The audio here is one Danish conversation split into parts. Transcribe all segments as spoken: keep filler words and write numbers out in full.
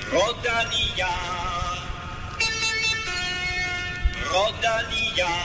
Rodalia, Rodalia.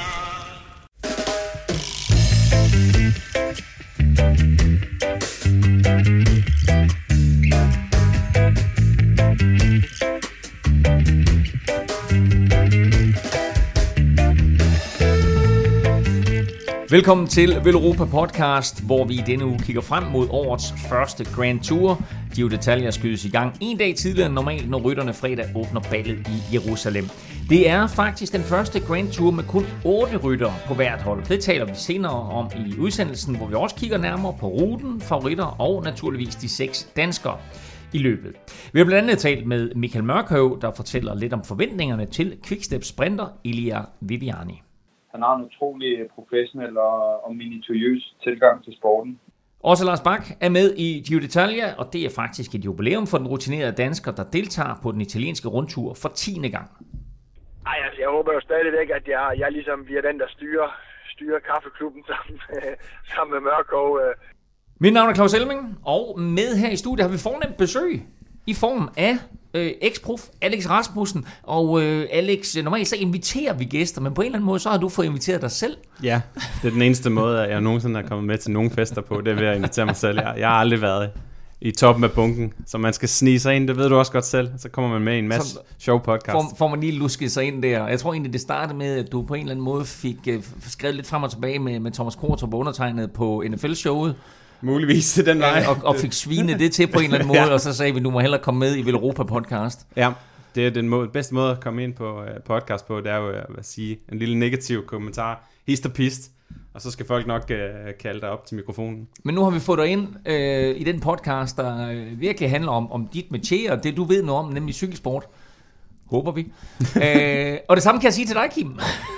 Velkommen til Velropa Podcast, hvor vi i denne uge kigger frem mod årets første Grand Tour. Giro d'Italia skydes i gang en dag tidligere end normalt, når rytterne fredag åbner ballet i Jerusalem. Det er faktisk den første Grand Tour med kun otte ryttere på hvert hold. Det taler vi senere om i udsendelsen, hvor vi også kigger nærmere på ruten, favoritter og naturligvis de seks danskere i løbet. Vi har blandt andet talt med Michael Mørkøv, der fortæller lidt om forventningerne til Quickstep sprinter Ilia Viviani. Han har en utrolig professionel og, og minutiøs tilgang til sporten. Også Lars Bak er med i Giro d'Italia, og det er faktisk et jubilæum for den rutinerede dansker, der deltager på den italienske rundtur for tiende gang. Ej, altså, jeg håber jo stadigvæk, at jeg, jeg ligesom bliver den, der styrer, styrer kaffeklubben sammen, sammen med Mørkøv. Mit navn er Claus Elming, og med her i studiet har vi fornemt besøg i form af øh, eks-prof Alex Rasmussen. Og øh, Alex, normalt så inviterer vi gæster, men på en eller anden måde, så har du fået inviteret dig selv. Ja, det er den eneste måde, at jeg nogensinde er kommet med til nogle fester på, det er ved at invitere mig selv. Jeg, jeg har aldrig været i toppen af bunken, så man skal snige sig ind, det ved du også godt selv. Så kommer man med i en masse show podcast. Får, får man lige lusket sig ind der. Jeg tror egentlig, det startede med, at du på en eller anden måde fik uh, skrevet lidt frem og tilbage med, med Thomas Kortrup undertegnet på N F L-showet. Muligvis den vej. Og, og fik svinet det til på en eller anden måde, ja. Og så sagde vi, du må hellere komme med i Velropa Podcast. Ja, det er den måde, bedste måde at komme ind på uh, podcast på, det er jo at sige en lille negativ kommentar, hist og pist, og så skal folk nok uh, kalde dig op til mikrofonen. Men nu har vi fået dig ind uh, i den podcast, der uh, virkelig handler om, om dit métier, og det du ved noget om, nemlig cykelsport. Håber vi. uh, og det samme kan jeg sige til dig, Kim.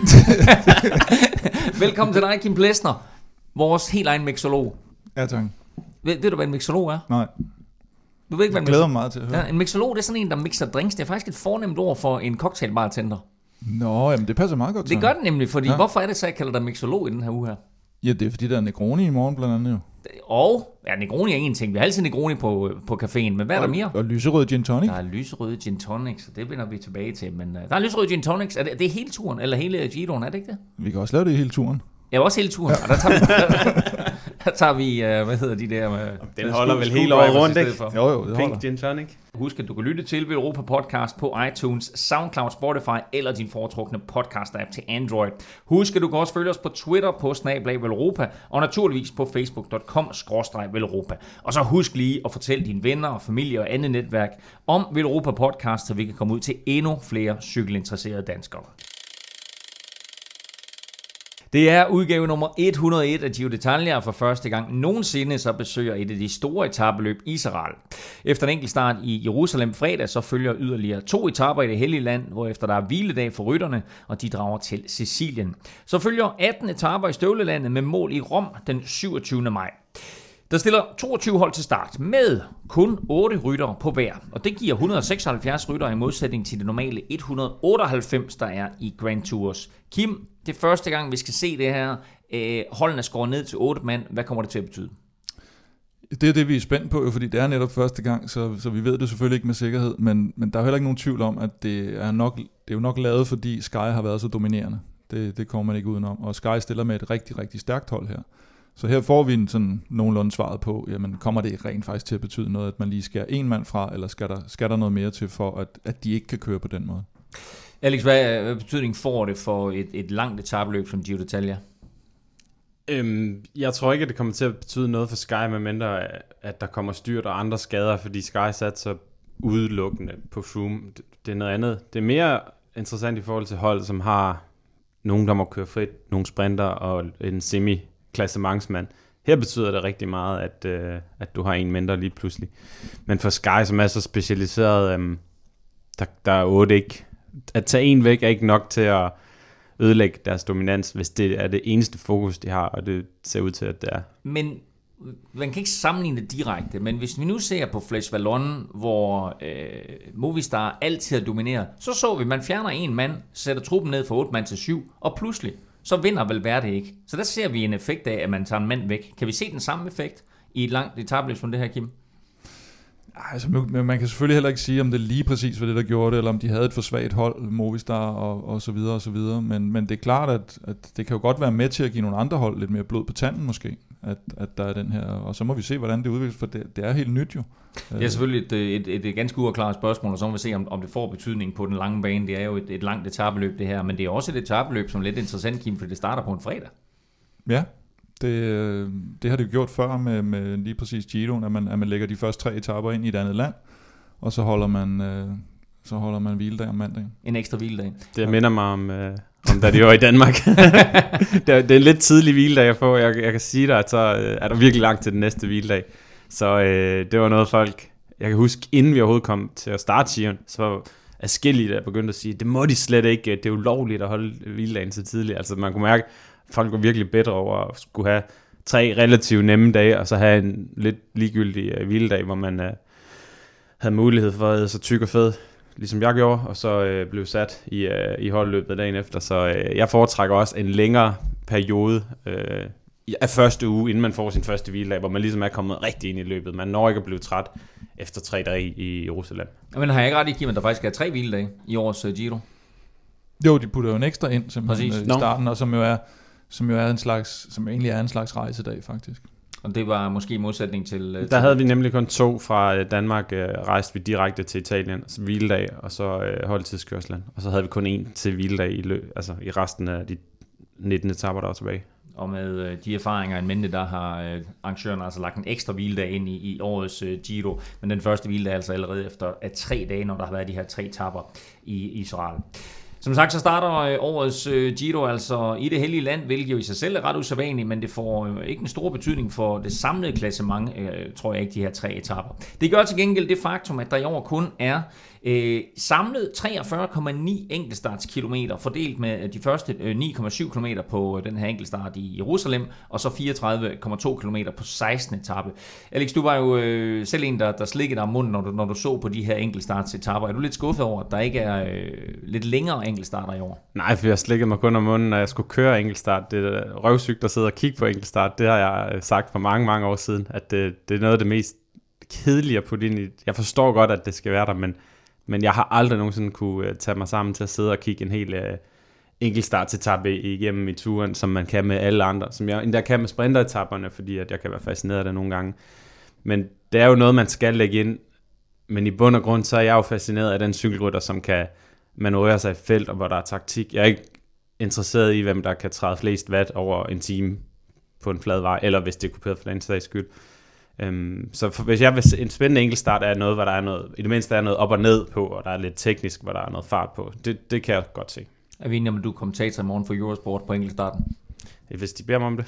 Velkommen til dig, Kim Plesner, vores helt egen mixolog. Ja, tak. Ved, ved du, hvad en mixolog er? Nej. Du ved ikke, hvad jeg glæder mig meget til at høre. Ja, en mixolog, det er sådan en, der mixer drinks. Det er faktisk et fornemt ord for en cocktailbartender. Nå, jamen det passer meget godt. Det gør det nemlig, fordi ja. Hvorfor er det så, jeg kalder dig mixolog i den her uge her? Ja, det er fordi, der er Negroni i morgen blandt andet jo. Og, ja, Negroni er en ting. Vi har altid Negroni på, på caféen, men hvad er og, der mere? Og lyserød gin tonic. Der er lyserød gin tonic, så det vender vi tilbage til. Men uh, der er lyserød gin tonic. Er det, det er hele turen, eller hele Giroen, er det ikke det? Vi kan også lave det i hele turen. Ja, også hele turen. Ja. Og der tager vi, der tager vi uh, hvad hedder de der... Uh, den holder vel hele året rundt, ikke? Jo, jo, det Pink holder. Gin Tonic. Husk, at du kan lytte til Velropa Podcast på iTunes, SoundCloud, Spotify eller din foretrukne podcast-app til Android. Husk, at du kan også følge os på Twitter på snabel-a Velropa og naturligvis på facebook punktum com skråstreg velropa. Og så husk lige at fortælle dine venner og familie og andet netværk om Velropa Podcast, så vi kan komme ud til endnu flere cykelinteresserede danskere. Det er udgave nummer et hundrede og en af Giro d'Italia, for første gang nogensinde så besøger et af de store etapeløb Israel. Efter en enkelt start i Jerusalem fredag, så følger yderligere to etaper i det hellige land, hvorefter der er hviledag for rytterne, og de drager til Sicilien. Så følger atten etaper i støvlelandet med mål i Rom den syvogtyvende maj. Der stiller toogtyve hold til start med kun otte ryttere på hver, og det giver et hundrede og seksoghalvfjerds ryttere i modsætning til det normale et hundrede og otteoghalvfems, der er i Grand Tours. Kim, det er første gang, vi skal se det her. Holdene er skåret ned til otte mand. Hvad kommer det til at betyde? Det er det, vi er spændt på, fordi det er netop første gang, så, så vi ved det selvfølgelig ikke med sikkerhed, men, men der er heller ikke nogen tvivl om, at det er, nok, det er jo nok lavet, fordi Sky har været så dominerende. Det, det kommer man ikke udenom, og Sky stiller med et rigtig, rigtig stærkt hold her. Så her får vi en sådan nogenlunde svaret på, jamen kommer det rent faktisk til at betyde noget, at man lige skærer en mand fra, eller skal der, skal der noget mere til for, at, at de ikke kan køre på den måde? Alex, hvad, hvad betydning får det for et, et langt etapeløb som Giro d'Italia? Øhm, jeg tror ikke, at det kommer til at betyde noget for Sky, medmindre at der kommer styrt og andre skader, fordi Sky satser udelukkende på Froome. Det er noget andet. Det er mere interessant i forhold til hold, som har nogen, der må køre frit, nogle sprinter og en semi-klassementsmand. Her betyder det rigtig meget, at, øh, at du har en mindre lige pludselig. Men for Sky, som er så specialiseret, øh, der, der er otte ikke. At tage en væk er ikke nok til at ødelægge deres dominans, hvis det er det eneste fokus, de har, og det ser ud til, at det er. Men man kan ikke sammenligne det direkte, men hvis vi nu ser på Flash Vallon, hvor øh, Movistar altid har domineret, så så vi, at man fjerner en mand, sætter truppen ned fra otte mand til syv, og pludselig, så vinder Valverde ikke. Så der ser vi en effekt af, at man tager en mand væk. Kan vi se den samme effekt i et langt etapeløb som det her, Kim? Altså, man kan selvfølgelig heller ikke sige, om det lige præcis var det, der gjorde det, eller om de havde et for svagt hold, Movistar og, og så videre og så videre. Men, men det er klart, at, at det kan jo godt være med til at give nogle andre hold lidt mere blod på tanden måske, at, at der er den her, og så må vi se, hvordan det udvikles, for det, det er helt nyt jo. Det er selvfølgelig et, et, et ganske uafklaret spørgsmål, og så må vi se, om, om det får betydning på den lange bane. Det er jo et, et langt etapeløb det her, men det er også et etapeløb, som er lidt interessant, Kim, for det starter på en fredag. Ja. Det, det har det jo gjort før med, med lige præcis Giroen, at man, at man lægger de første tre etaper ind i et andet land, og så holder man, øh, så holder man hviledag om mandagen. En ekstra hviledag. Det minder mig om, øh, om da de var i Danmark. det, er, det er en lidt tidlig hviledag at få. Jeg, jeg kan sige dig, at så øh, er der virkelig langt til den næste hviledag. Så øh, det var noget folk... Jeg kan huske, inden vi overhovedet kom til at starte Giroen, så var adskillige, der begyndte at sige, det må de slet ikke, det er ulovligt at holde hviledagen så tidligt. Altså man kunne mærke, folk var virkelig bedre over at skulle have tre relativt nemme dage, og så have en lidt ligegyldig uh, hviledag, hvor man uh, havde mulighed for at æde så tyk og fed, ligesom jeg gjorde, og så uh, blev sat i, uh, i holdløbet dagen efter. Så uh, jeg foretrækker også en længere periode uh, af første uge, inden man får sin første hviledag, hvor man ligesom er kommet rigtig ind i løbet. Man når ikke at blive træt efter tre dage i Jerusalem. Men har jeg ikke ret i, Kim, at der faktisk er tre hviledage i årets uh, Giro? Jo, de putter jo en ekstra ind simpelthen Præcis. i starten, og som jo er som jo er en slags, som egentlig er en slags rejsedag faktisk. Og det var måske i modsætning til... Der til havde vi nemlig kun to fra Danmark, øh, rejste vi direkte til Italien, altså hviledag, og så øh, holdtidskørslen. Og så havde vi kun en til hviledag i, lø- altså i resten af de nitten etaper, der var tilbage. Og med øh, de erfaringer en mente, der har øh, arrangøren altså lagt en ekstra hviledag ind i, i årets øh, Giro. Men den første hviledag er altså allerede efter af tre dage, når der har været de her tre etapper i Israel. Som sagt, så starter årets Giro altså i det hellige land, hvilket jo i sig selv er ret usædvanligt, men det får ikke en stor betydning for det samlede klassement, tror jeg ikke, de her tre etapper. Det gør til gengæld det faktum, at der i år kun er øh, samlet treogfyrre komma ni enkeltstartskilometer, fordelt med de første ni komma syv kilometer på den her enkeltstart i Jerusalem, og så fireogtredive komma to kilometer på sekstende etape. Alex, du var jo øh, selv en, der, der slikkede dig om munden, når du, når du så på de her enkeltstartsetapper. Er du lidt skuffet over, at der ikke er øh, lidt længere enkeltstarter i år? Nej, for jeg slikkede mig kun om munden, når jeg skulle køre enkeltstart. Det er røvsygt at sidde og kigge på enkeltstart. Det har jeg sagt for mange, mange år siden, at det, det er noget af det mest kedelige at putte ind i. Jeg forstår godt, at det skal være der, men, men jeg har aldrig nogensinde kunne tage mig sammen til at sidde og kigge en helt uh, enkeltstartsetappe igennem i turen, som man kan med alle andre. Som jeg endda kan med sprinteretapperne, fordi at jeg kan være fascineret af det nogle gange. Men det er jo noget, man skal lægge ind. Men i bund og grund, så er jeg jo fascineret af den cykelrytter, som kan manøvrere sig i felt, og hvor der er taktik. Jeg er ikke interesseret i, hvem der kan træde flest watt over en time på en flad vej, eller hvis det er kuperet for den sags skyld. Um, så for, hvis jeg vil en spændende enkeltstart er noget, hvor der er noget, i det mindste er noget op og ned på, og der er lidt teknisk, hvor der er noget fart på. Det, det kan jeg godt se. Er vi enige om, at du er kommentator i morgen for Eurosport på enkeltstarten? Hvis de beder mig om det.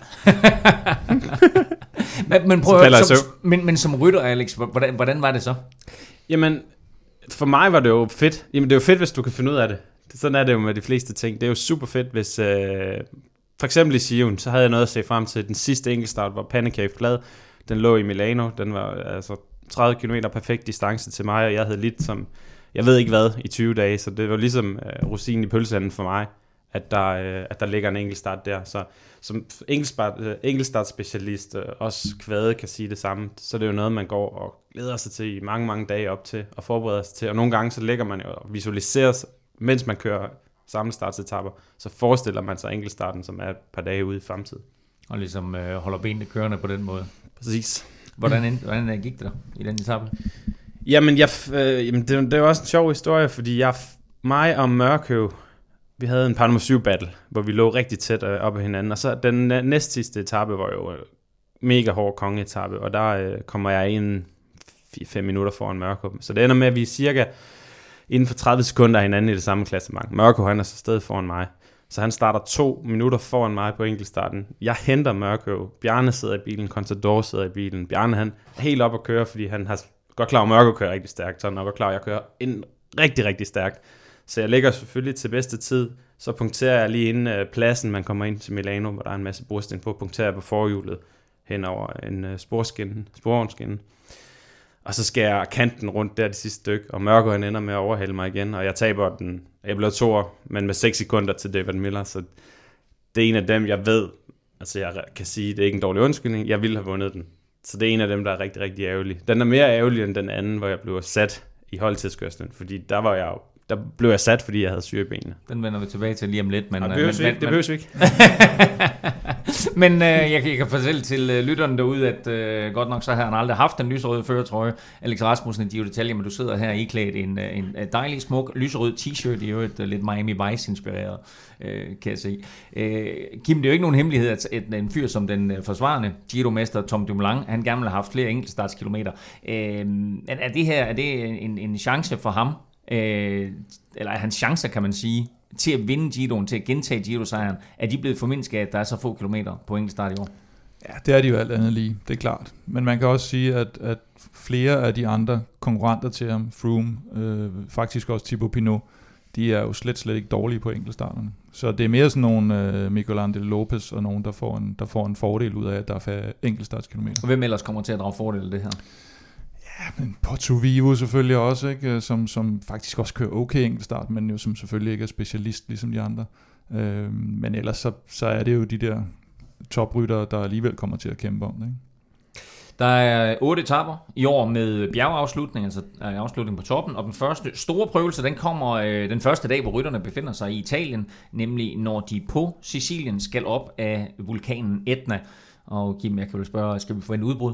men, men, prøv at, som, men, men som rytter, Alex, hvordan, hvordan var det så? Jamen, for mig var det jo fedt. Jamen, det er jo fedt, hvis du kan finde ud af det. Sådan er det jo med de fleste ting. Det er jo super fedt, hvis... Øh, for eksempel i Sion, så havde jeg noget at se frem til den sidste enkeltstart, hvor Panacave flad. Den lå i Milano. Den var altså tredive kilometer perfekt distance til mig, og jeg havde lidt som... Jeg ved ikke hvad, i tyve dage, så det var ligesom øh, rosinen i pølseenden for mig, at der, øh, at der ligger en enkeltstart der. Så som enkeltstart, øh, enkeltstartspecialist, øh, også Kvade kan sige det samme, så det er jo noget, man går og glæder sig til i mange, mange dage op til, og forbereder sig til. Og nogle gange så ligger man jo og visualiserer, mens man kører sammenstartsetapper, så forestiller man sig enkeltstarten, som er et par dage ude i fremtiden. Og ligesom øh, holder benene kørende på den måde. Præcis. Hvordan, hvordan gik det der i den etape? Jamen, jeg, øh, jamen det, det er jo også en sjov historie, fordi jeg, mig og Mørkøv, vi havde en par nummer syv battle, hvor vi lå rigtig tæt øh, op ad hinanden, og så den øh, næst sidste etape var jo øh, mega hård kongeetappe, og der øh, kommer jeg ind fire fem minutter foran Mørkøv. Så det ender med, at vi er cirka inden for tredive sekunder hinanden i det samme klassement. Mørkøv, han er så stadig foran mig. Så han starter to minutter foran mig på enkeltstarten. Jeg henter Mørkøv. Bjarne sidder i bilen. Contador sidder i bilen. Bjarne, han er helt op at køre, fordi han har godt klar, at Mørkøv kører rigtig stærkt. Så han er godt klar, at jeg kører en rigtig, rigtig stærkt. Så jeg ligger selvfølgelig til bedste tid. Så punkterer jeg lige inden uh, pladsen, man kommer ind til Milano, hvor der er en masse borsten på. Punkterer jeg på forhjulet hen over en uh, sporskinne, sporvognskinne. Og så skal jeg kanten rundt der det sidste stykke, og Mørkøv han ender med at overhale mig igen, og jeg taber den. Jeg blev toer, men med seks sekunder til David Miller, så det er en af dem, jeg ved, altså jeg kan sige, det er ikke en dårlig undskyldning, jeg ville have vundet den Så det er en af dem, der er rigtig, rigtig ærgerlig. Den er mere ærgerlig end den anden, hvor jeg blev sat i holdtidskørslen, fordi der var jeg der blev jeg sat, fordi jeg havde syre i benene. Den vender vi tilbage til lige om lidt. Men, ja, det behøves men, ikke. Det behøves ikke. men øh, jeg, jeg kan fortælle til øh, lytterne derude, at øh, godt nok så har han aldrig haft en lyserød førertrøje. Alex Rasmussen i Giro d'Italia, men du sidder her iklædt en, en, en dejlig, smuk, lyserød t-shirt, i øvrigt lidt Miami Vice inspireret, øh, kan jeg se. Øh, Kim, det er jo ikke nogen hemmelighed, at et, en fyr som den øh, forsvarende Giro-mester Tom Dumoulin, han gerne vil have haft flere enkeltstartskilometer. Øh, er det her er det en, en chance for ham? Øh, eller hans chancer, kan man sige, til at vinde Giroen, til at gentage Giro-sejren, er de blevet formindsket, at der er så få kilometer på enkeltstart i år? Ja, det er de jo alt andet lige, det er klart. Men man kan også sige, at, at flere af de andre konkurrenter til ham, Froome, øh, faktisk også Thibaut Pinot, de er jo slet, slet ikke dårlige på enkeltstarterne. Så det er mere sådan nogle øh, Miguel Angel Lopez og nogen, der får, en, der får en fordel ud af, at der er færre enkeltstartskilometer. Og hvem ellers kommer til at drage fordel af det her? Ja, men Porto Vivo selvfølgelig også, ikke? Som, som faktisk også kører okay enkeltstart, men jo som selvfølgelig ikke er specialist ligesom de andre. Øh, men ellers så, så er det jo de der topryttere, der alligevel kommer til at kæmpe om det, ikke? Der er otte etaper i år med bjergeafslutning, altså afslutning på toppen, og den første store prøvelse, den kommer øh, den første dag, hvor rytterne befinder sig i Italien, nemlig når de på Sicilien skal op af vulkanen Etna. Og Kim, jeg kan jo spørge, skal vi få en udbrud?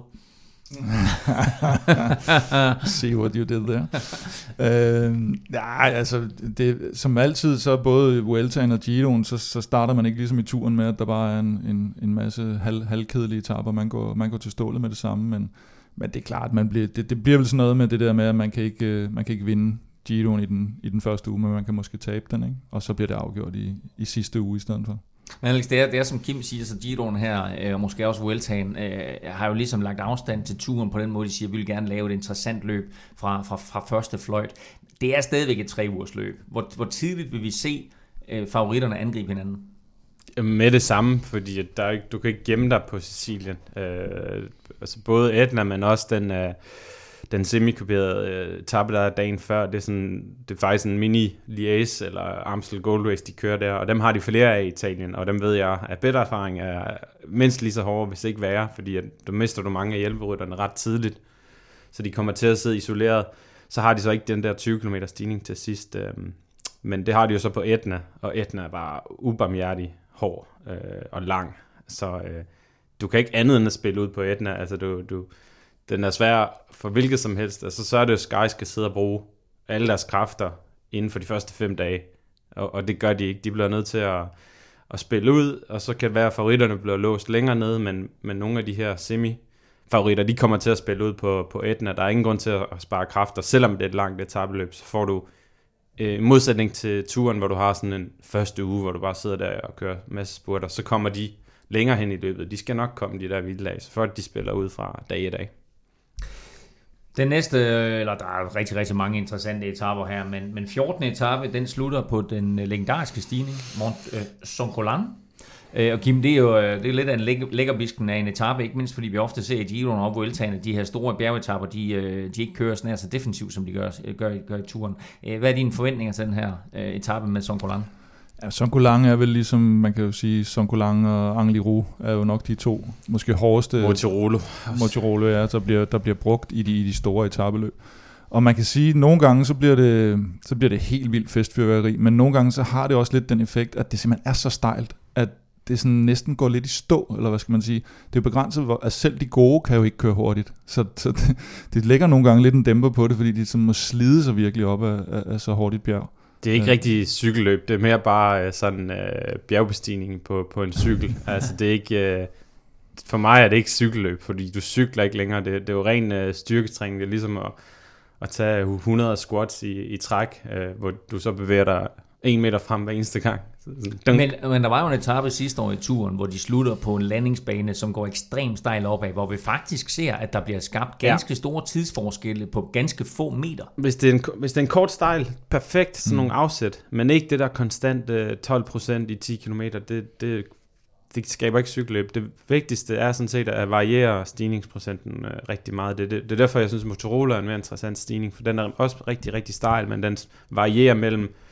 See what you did there. øh, nej, altså det, som altid så både Vueltaen og Giroen, så, så starter man ikke ligesom i turen med, at der bare er en, en, en masse halv, halvkedelige etaper. Man går, man går til stålet med det samme, men, men det er klart, man bliver, det, det bliver vel sådan noget med det der med, at man kan ikke, man kan ikke vinde Giroen i den, i den første uge, men man kan måske tabe den, ikke? Og så bliver det afgjort i, i sidste uge i stedet for. Men Alex, det er, det er som Kim siger, så Giroen her, øh, og måske også Vueltaen, øh, har jo ligesom lagt afstand til turen på den måde, de siger, at vi vil gerne lave et interessant løb fra, fra, fra første fløjt. Det er stadigvæk et tre ugers løb. Hvor, hvor tidligt vil vi se øh, favoritterne angribe hinanden? Med det samme, fordi der er ikke, du kan ikke gemme dig på Sicilien. Øh, altså både Etna, men også den... Øh, Den semi-kuperede etape, der er dagen før, det er, sådan, det er faktisk en mini-Liège eller Amstel Gold Race, de kører der, og dem har de flere af i Italien, og dem ved jeg, at bedre erfaring er mindst lige så hårde, hvis ikke værre, fordi at, du mister du mange af hjælperytterne ret tidligt, så de kommer til at sidde isoleret. Så har de så ikke den der tyve kilometer stigning til sidst, øh, men det har de jo så på Etna, og Etna er bare ubarmhjertig hård øh, og lang, så øh, du kan ikke andet end at spille ud på Etna, altså du... du den er svær for hvilket som helst. Altså, så er det jo, Sky skal sidde og bruge alle deres kræfter inden for de første fem dage. Og, og det gør de ikke. De bliver nødt til at, at spille ud, og så kan det være, at favoritterne bliver låst længere nede, men, men nogle af de her semi-favoritter, de kommer til at spille ud på, på Etna. Der er ingen grund til at spare kræfter, selvom det er et langt etapeløb, så får du øh, i modsætning til turen, hvor du har sådan en første uge, hvor du bare sidder der og kører masse spurter, så kommer de længere hen i løbet. De skal nok komme, de der vildlag, så før de spiller ud fra dag i dag. Den næste, eller der er rigtig, rigtig mange interessante etaper her, men, men fjortende etape, den slutter på den legendariske stigning, Mont øh, Soncolan. Øh, og Kim, det er jo det er lidt af en læk- lækkerbisken af en etape, ikke mindst fordi vi ofte ser i Giroen og Vueltaen, at de her store bjergetapper, de, de ikke kører sådan så defensivt, som de gør, gør, gør i turen. Hvad er dine forventninger til den her øh, etape med Soncolan? Ja, Soncolan er vel ligesom, man kan jo sige, Soncolan og Angliru er jo nok de to måske hårdeste Mortirolo, Mortirolo ja, der bliver der bliver brugt i de i de store etapeløb. Og man kan sige, at nogle gange så bliver det så bliver det helt vildt festfyrværkeri, men nogle gange så har det også lidt den effekt, at det simpelthen er så stejlt, at det sådan næsten går lidt i stå, eller hvad skal man sige. Det er jo begrænset, at selv de gode kan jo ikke køre hurtigt. Så, så det, det lægger nogle gange lidt en dæmper på det, fordi de sådan må slide sig virkelig op af, af, af så hurtigt bjerg. Det er ikke ja. rigtig cykelløb, det er mere bare sådan uh, bjergbestigning på, på en cykel. Altså det er ikke, uh, for mig er det ikke cykelløb, fordi du cykler ikke længere. Det, det er jo ren uh, styrketræning, det er ligesom at, at tage hundrede squats i, i træk, uh, hvor du så bevæger dig en meter frem hver eneste gang. Men, men der var jo en etape sidste år i turen, hvor de slutter på en landingsbane, som går ekstremt stejl opad, hvor vi faktisk ser, at der bliver skabt ganske ja. store tidsforskelle på ganske få meter. Hvis det er en, hvis det er en kort stejl, perfekt, sådan mm. nogle afsæt, men ikke det der konstant uh, tolv procent i ti kilometer, det, det, det skaber ikke cykelløb. Det vigtigste er sådan set at variere stigningsprocenten uh, rigtig meget. Det, det, det er derfor, jeg synes, Motorola er en mere interessant stigning, for den er også rigtig, rigtig stejl, men den varierer mellem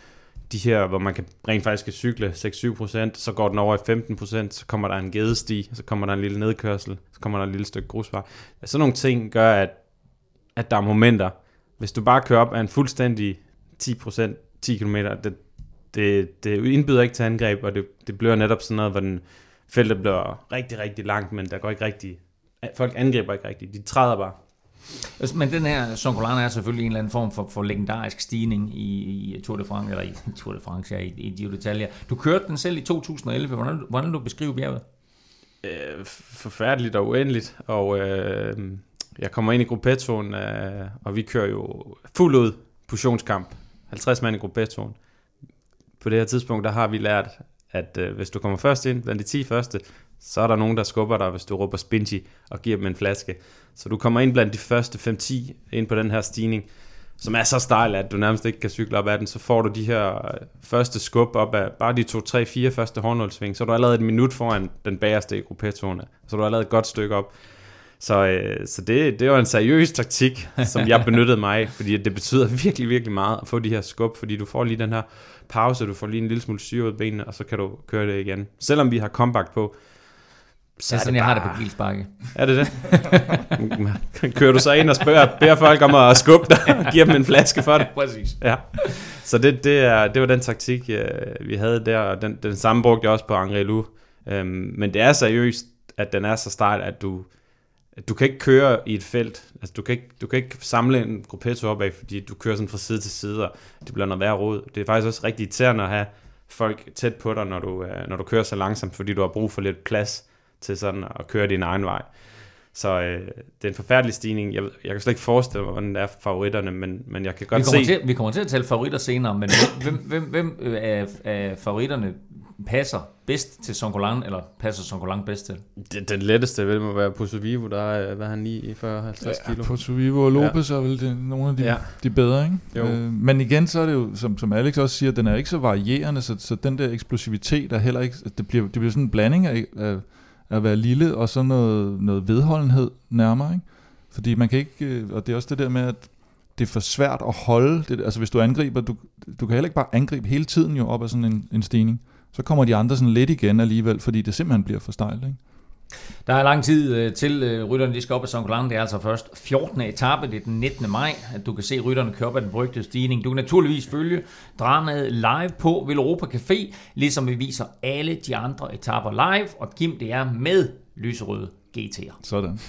de her, hvor man kan rent faktisk kan cykle seks til syv procent, så går den over i femten procent, så kommer der en gedesti, så kommer der en lille nedkørsel, så kommer der et lille stykke grusvej. Sådan nogle ting gør, at, at der er momenter. Hvis du bare kører op af en fuldstændig ti procent, ti kilometer, det, det, det indbyder ikke til angreb, og det, det bliver netop sådan noget, hvor den feltet bliver rigtig, rigtig langt, men der går ikke rigtig, folk angriber ikke rigtigt, de træder bare. Men den her Zoncolan er selvfølgelig en eller anden form for, for legendarisk stigning i, i Tour de France, eller i Tour de France, ja, i, i Giro d'Italia. Du kørte den selv i to tusind og elleve. Hvordan, hvordan du beskriver bjerget? Øh, forfærdeligt og uendeligt, og øh, jeg kommer ind i gruppettoen, øh, og vi kører jo fuld ud portionskamp. halvtreds mand i gruppettoen. På det her tidspunkt, der har vi lært, at øh, hvis du kommer først ind blandt de ti første, så er der nogen, der skubber dig, hvis du råber Spinchi og giver dem en flaske. Så du kommer ind blandt de første fem til ti ind på den her stigning, som er så stejl, at du nærmest ikke kan cykle op ad den. Så får du de her første skub op af bare de to, tre, fire første hårdnålsving. Så er du allerede et minut foran den bagerste i gruppettoerne. Så er du allerede et godt stykke op. Så, øh, så det, det var en seriøs taktik, som jeg benyttede mig af, fordi det betyder virkelig, virkelig meget at få de her skub, fordi du får lige den her pause, du får lige en lille smule syre ud af benene, og så kan du køre det igen. Selvom vi har comeback på, så det er sådan, jeg bare... har det på Gilsbakke. Er det det? Kører du så ind og spørger, beder folk om at skubbe dig, og giver dem en flaske for det? Præcis. Ja. Så det, det, er, det var den taktik, vi havde der, og den, den samme brugte jeg også på Angliru. Øhm, men det er seriøst, at den er så stejl, at du, at du kan ikke køre i et felt. Altså, du kan ikke, du kan ikke samle en gruppetto opad, fordi du kører sådan fra side til side, og det bliver noget værre rod. Det er faktisk også rigtig irriterende at have folk tæt på dig, når du, når du kører så langsomt, fordi du har brug for lidt plads til sådan at køre din egen vej. Så øh, det er en forfærdelig stigning. Jeg, jeg kan slet ikke forestille mig, hvordan det er for favoritterne, men, men jeg kan godt vi kommer se... Til, vi kommer til at tale favoritter senere, men hvem, hvem, hvem af, af favoritterne passer bedst til Zoncolan, eller passer Zoncolan bedst til? Det, den letteste vil må være Pozzovivo, der er, hvad han lige i fyrre til halvtreds ja, kilo. Pozzovivo og Lopez ja. er vel det, nogle af de, ja. de bedre, ikke? Øh, men igen, så er det jo, som, som Alex også siger, den er ikke så varierende, så, så den der eksplosivitet er heller ikke... Det bliver, det bliver sådan en blanding af... af at være lille, og så noget, noget vedholdenhed nærmere, ikke? Fordi man kan ikke, og det er også det der med, at det er for svært at holde, det, altså hvis du angriber, du, du kan heller ikke bare angribe hele tiden jo op af sådan en, en stigning, så kommer de andre sådan lidt igen alligevel, fordi det simpelthen bliver for stejlt, ikke? Der er lang tid til uh, rytterne, de skal op af Zoncolan. Det er altså først fjortende etape, det er den nittende maj, at du kan se rytterne køre op ad den berygtede stigning. Du kan naturligvis følge dramaet live på Veloropa Café, ligesom vi viser alle de andre etaper live, og Kim, det er med lyserøde G T'er. Sådan.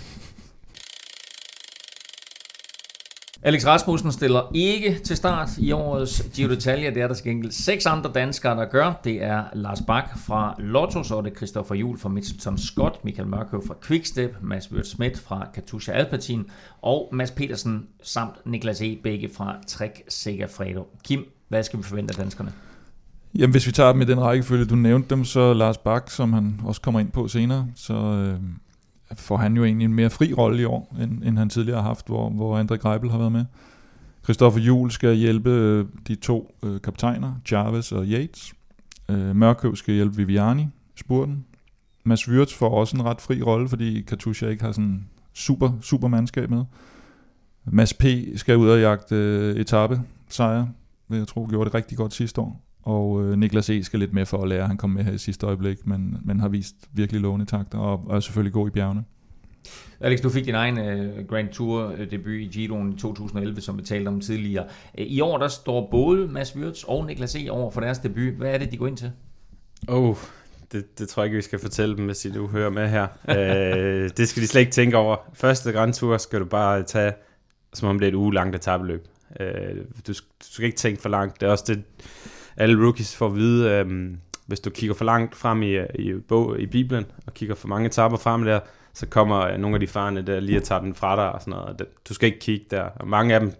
Alex Rasmussen stiller ikke til start i årets Giro d'Italia. Det er der til gengæld seks andre danskere, der gør. Det er Lars Bak fra Lotto, så er det Christopher Juhl fra Mitchelton Scott, Michael Mørkøv fra Quickstep, Mads Wirtz-Smith fra Katusha Alpecin og Mads Petersen samt Niklas E. begge fra Trek Segafredo. Kim, hvad skal vi forvente af danskerne? Jamen, hvis vi tager dem i den rækkefølge, du nævnte dem, så Lars Bak, som han også kommer ind på senere, så... Øh får han jo egentlig en mere fri rolle i år, end, end han tidligere har haft, hvor, hvor André Greipel har været med. Christopher Juhl skal hjælpe de to øh, kaptajner, Chavez og Yates. Øh, Mørkøv skal hjælpe Viviani, spurten. Mads Wirtz får også en ret fri rolle, fordi Katusha ikke har sådan super, super mandskab med. Mads P. skal ud og jagte øh, etape sejre, vil jeg tro, gjorde det rigtig godt sidste år. Og øh, Niklas E. skal lidt med for at lære, han kom med her i sidste øjeblik, men, men har vist virkelig lovende takter, og, og er selvfølgelig god i bjergene. Alex, du fik din egen uh, Grand Tour debut i Giroen i to tusind og elleve, som vi talte om tidligere. I år der står både Mads Wirtz og Niklas E. over for deres debut. Hvad er det, de går ind til? Åh, oh, det, det tror jeg ikke, vi skal fortælle dem, hvis de nu hører med her. uh, det skal de slet ikke tænke over. Første Grand Tour skal du bare tage, som om det er et uge langt etapeløb. Uh, du, du skal ikke tænke for langt. Det er også det... Alle rookies får at vide, øhm, hvis du kigger for langt frem i, i, bog, i Bibelen, og kigger for mange etaper frem der, så kommer nogle af de farne der lige at tage den fra dig og sådan noget. Du skal ikke kigge der. Og mange af dem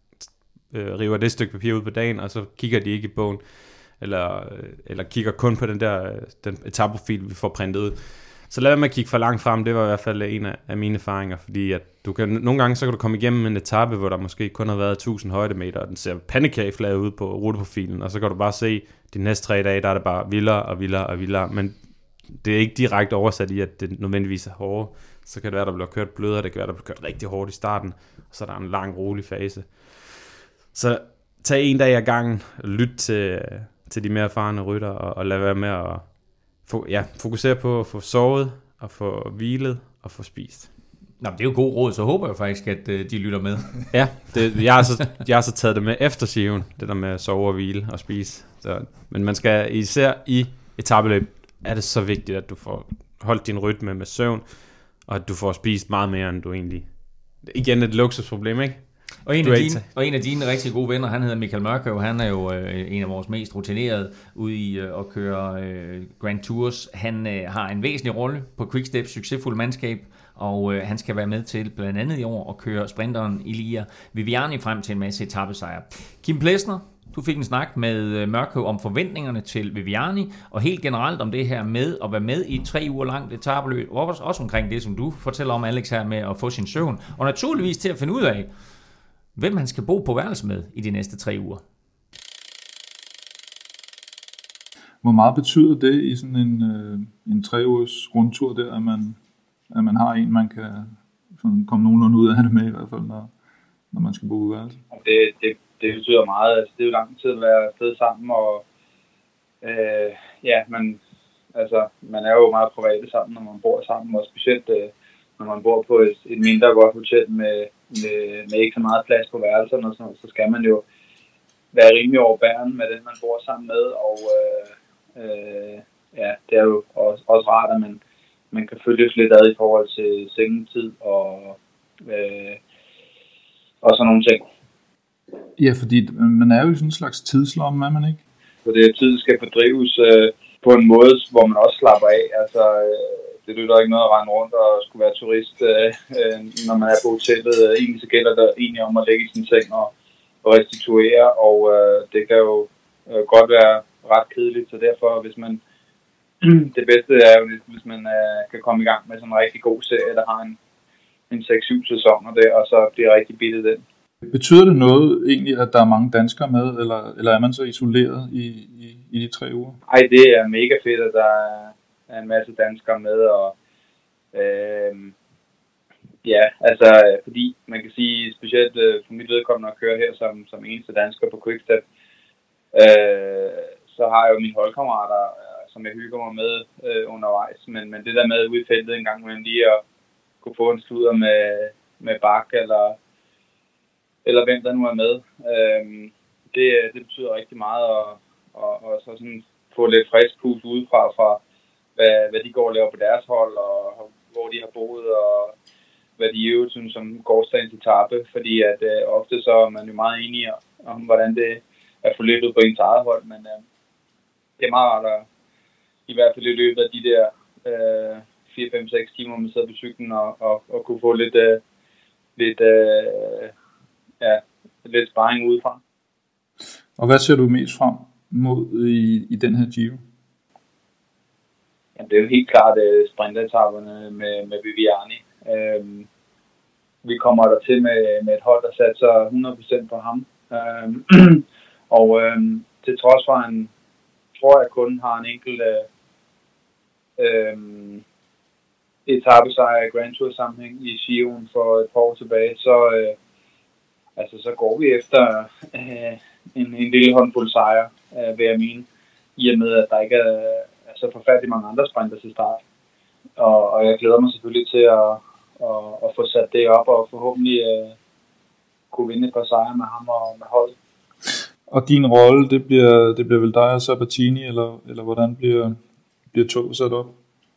øh, river det stykke papir ud på dagen, og så kigger de ikke i bogen, eller, eller kigger kun på den der den etapeprofil, vi får printet ud. Så lad være med at kigge for langt frem, det var i hvert fald en af, af mine erfaringer, fordi at du kan, nogle gange så kan du komme igennem en etape, hvor der måske kun har været tusind højdemeter, og den ser pandekageflad ud på ruteprofilen, og så kan du bare se, de næste tre dage, der er det bare vildere og vildere og vildere, men det er ikke direkte oversat i, at det nødvendigvis er hårdere. Så kan det være, der bliver kørt blødere, det kan være, der bliver kørt rigtig hårdt i starten, og så er der en lang, rolig fase. Så tage en dag ad gangen, lytte til, til de mere erfarne rytter, og, og lade være med at få, ja, fokusere på at få sovet, og få hvilet, og få spist. Nå, det er jo god råd, så håber jeg faktisk, at øh, de lytter med. Ja, det, jeg, har så, jeg har så taget det med efter Giroen, det der med at sove og hvile og spise. Så, men man skal især i etapeløb, er det så vigtigt, at du får holdt din rytme med søvn, og at du får spist meget mere, end du egentlig... Igen et luksusproblem, ikke? Og en, af dine, og en af dine rigtig gode venner, han hedder Michael Mørkøv, han er jo øh, en af vores mest rutinerede ude i øh, at køre øh, Grand Tours. Han øh, har en væsentlig rolle på Quicksteps succesfulde mandskab, og øh, han skal være med til blandt andet i år at køre sprinteren Ilia Viviani frem til en masse etapesejre. Kim Plesner, du fik en snak med øh, Mørkøv om forventningerne til Viviani, og helt generelt om det her med at være med i et tre uger langt etapeløb, og også, også omkring det, som du fortæller om, Alex, her med at få sin søvn, og naturligvis til at finde ud af, hvem han skal bo på værelse med i de næste tre uger. Hvor meget betyder det i sådan en, øh, en tre ugers rundtur der, at man, at man har en, man kan sådan komme nogenlunde ud af det med, i hvert fald, når, når man skal bo på værelse? Det, det, det betyder meget. Altså, det er jo lang tid at være afsted sammen, og øh, ja, man, altså, man er jo meget private sammen, når man bor sammen, og specielt øh, når man bor på et, et mindre godt hotel med, med, med ikke så meget plads på værelserne, og sådan, så skal man jo være rimelig overbærende med den, man bor sammen med, og øh, øh, ja, det er jo også, også rart, at man, man kan følges lidt ad i forhold til sengetid og, øh, og sådan nogle ting. Ja, fordi man er jo i sådan en slags tidslomme, er man ikke? Så det tid skal fordrives øh, på en måde, hvor man også slapper af. Altså, øh, det lyder ikke noget at rende rundt og skulle være turist, øh, øh, når man er på hotellet. Øh, egentlig så gælder det egentlig om at lægge i sin seng og, og restituere, og øh, det kan jo øh, godt være ret kedeligt. Så derfor, hvis man det bedste er jo, hvis man øh, kan komme i gang med sådan en rigtig god serie, der har en, en seks syv sæsoner der, og så bliver rigtig bittet den. Betyder det noget egentlig, at der er mange danskere med, eller, eller er man så isoleret i, i, i de tre uger? Ej, det er mega fedt, at der er en masse danskere med, og øh, ja, altså, fordi man kan sige, specielt øh, for mit vedkommende at køre her som, som eneste dansker på Quickstep, øh, så har jeg jo mine holdkammerater, som jeg hygger mig med øh, undervejs, men, men det der med ude i feltet en gang imellem lige at kunne få en sludder med, med Bak, eller eller hvem der nu er med. Øhm, det, det betyder rigtig meget at, at, at så sådan få lidt frisk pus udefra fra, hvad, hvad de går og laver på deres hold, og hvor de har boet, og hvad de i øvrigt synes om gårdsdagens etape, fordi at øh, ofte så er man jo meget enige om, hvordan det er forløbet på ens eget hold, men øh, det er meget rart at, i hvert fald i løbet af de der øh, fire fem seks timer, man sidder på cyklen, og, og, og kunne få lidt, øh, lidt øh, ja, lidt sparring udefra. Og hvad ser du mest frem mod i, i den her Giro? Jamen, det er jo helt klart uh, sprintetaperne med, med Viviani. Um, vi kommer der til med, med et hold, der satser hundrede procent på ham. Um, og um, til trods for, at han tror jeg kun har en enkelt uh, um, etapesejr i Grand Tour sammenhæng i Giroen for et par år tilbage, så uh, altså, så går vi efter øh, en, en lille håndfuld sejre, øh, vil jeg mene, i og med, at der ikke er, er så forfærdeligt mange andre sprinter til start. Og, og jeg glæder mig selvfølgelig til at, at, at få sat det op, og forhåbentlig øh, kunne vinde et par sejre med ham og med holdet. Og din rolle, det bliver, det bliver vel dig og Sabatini, eller, eller hvordan bliver, bliver toget sat op?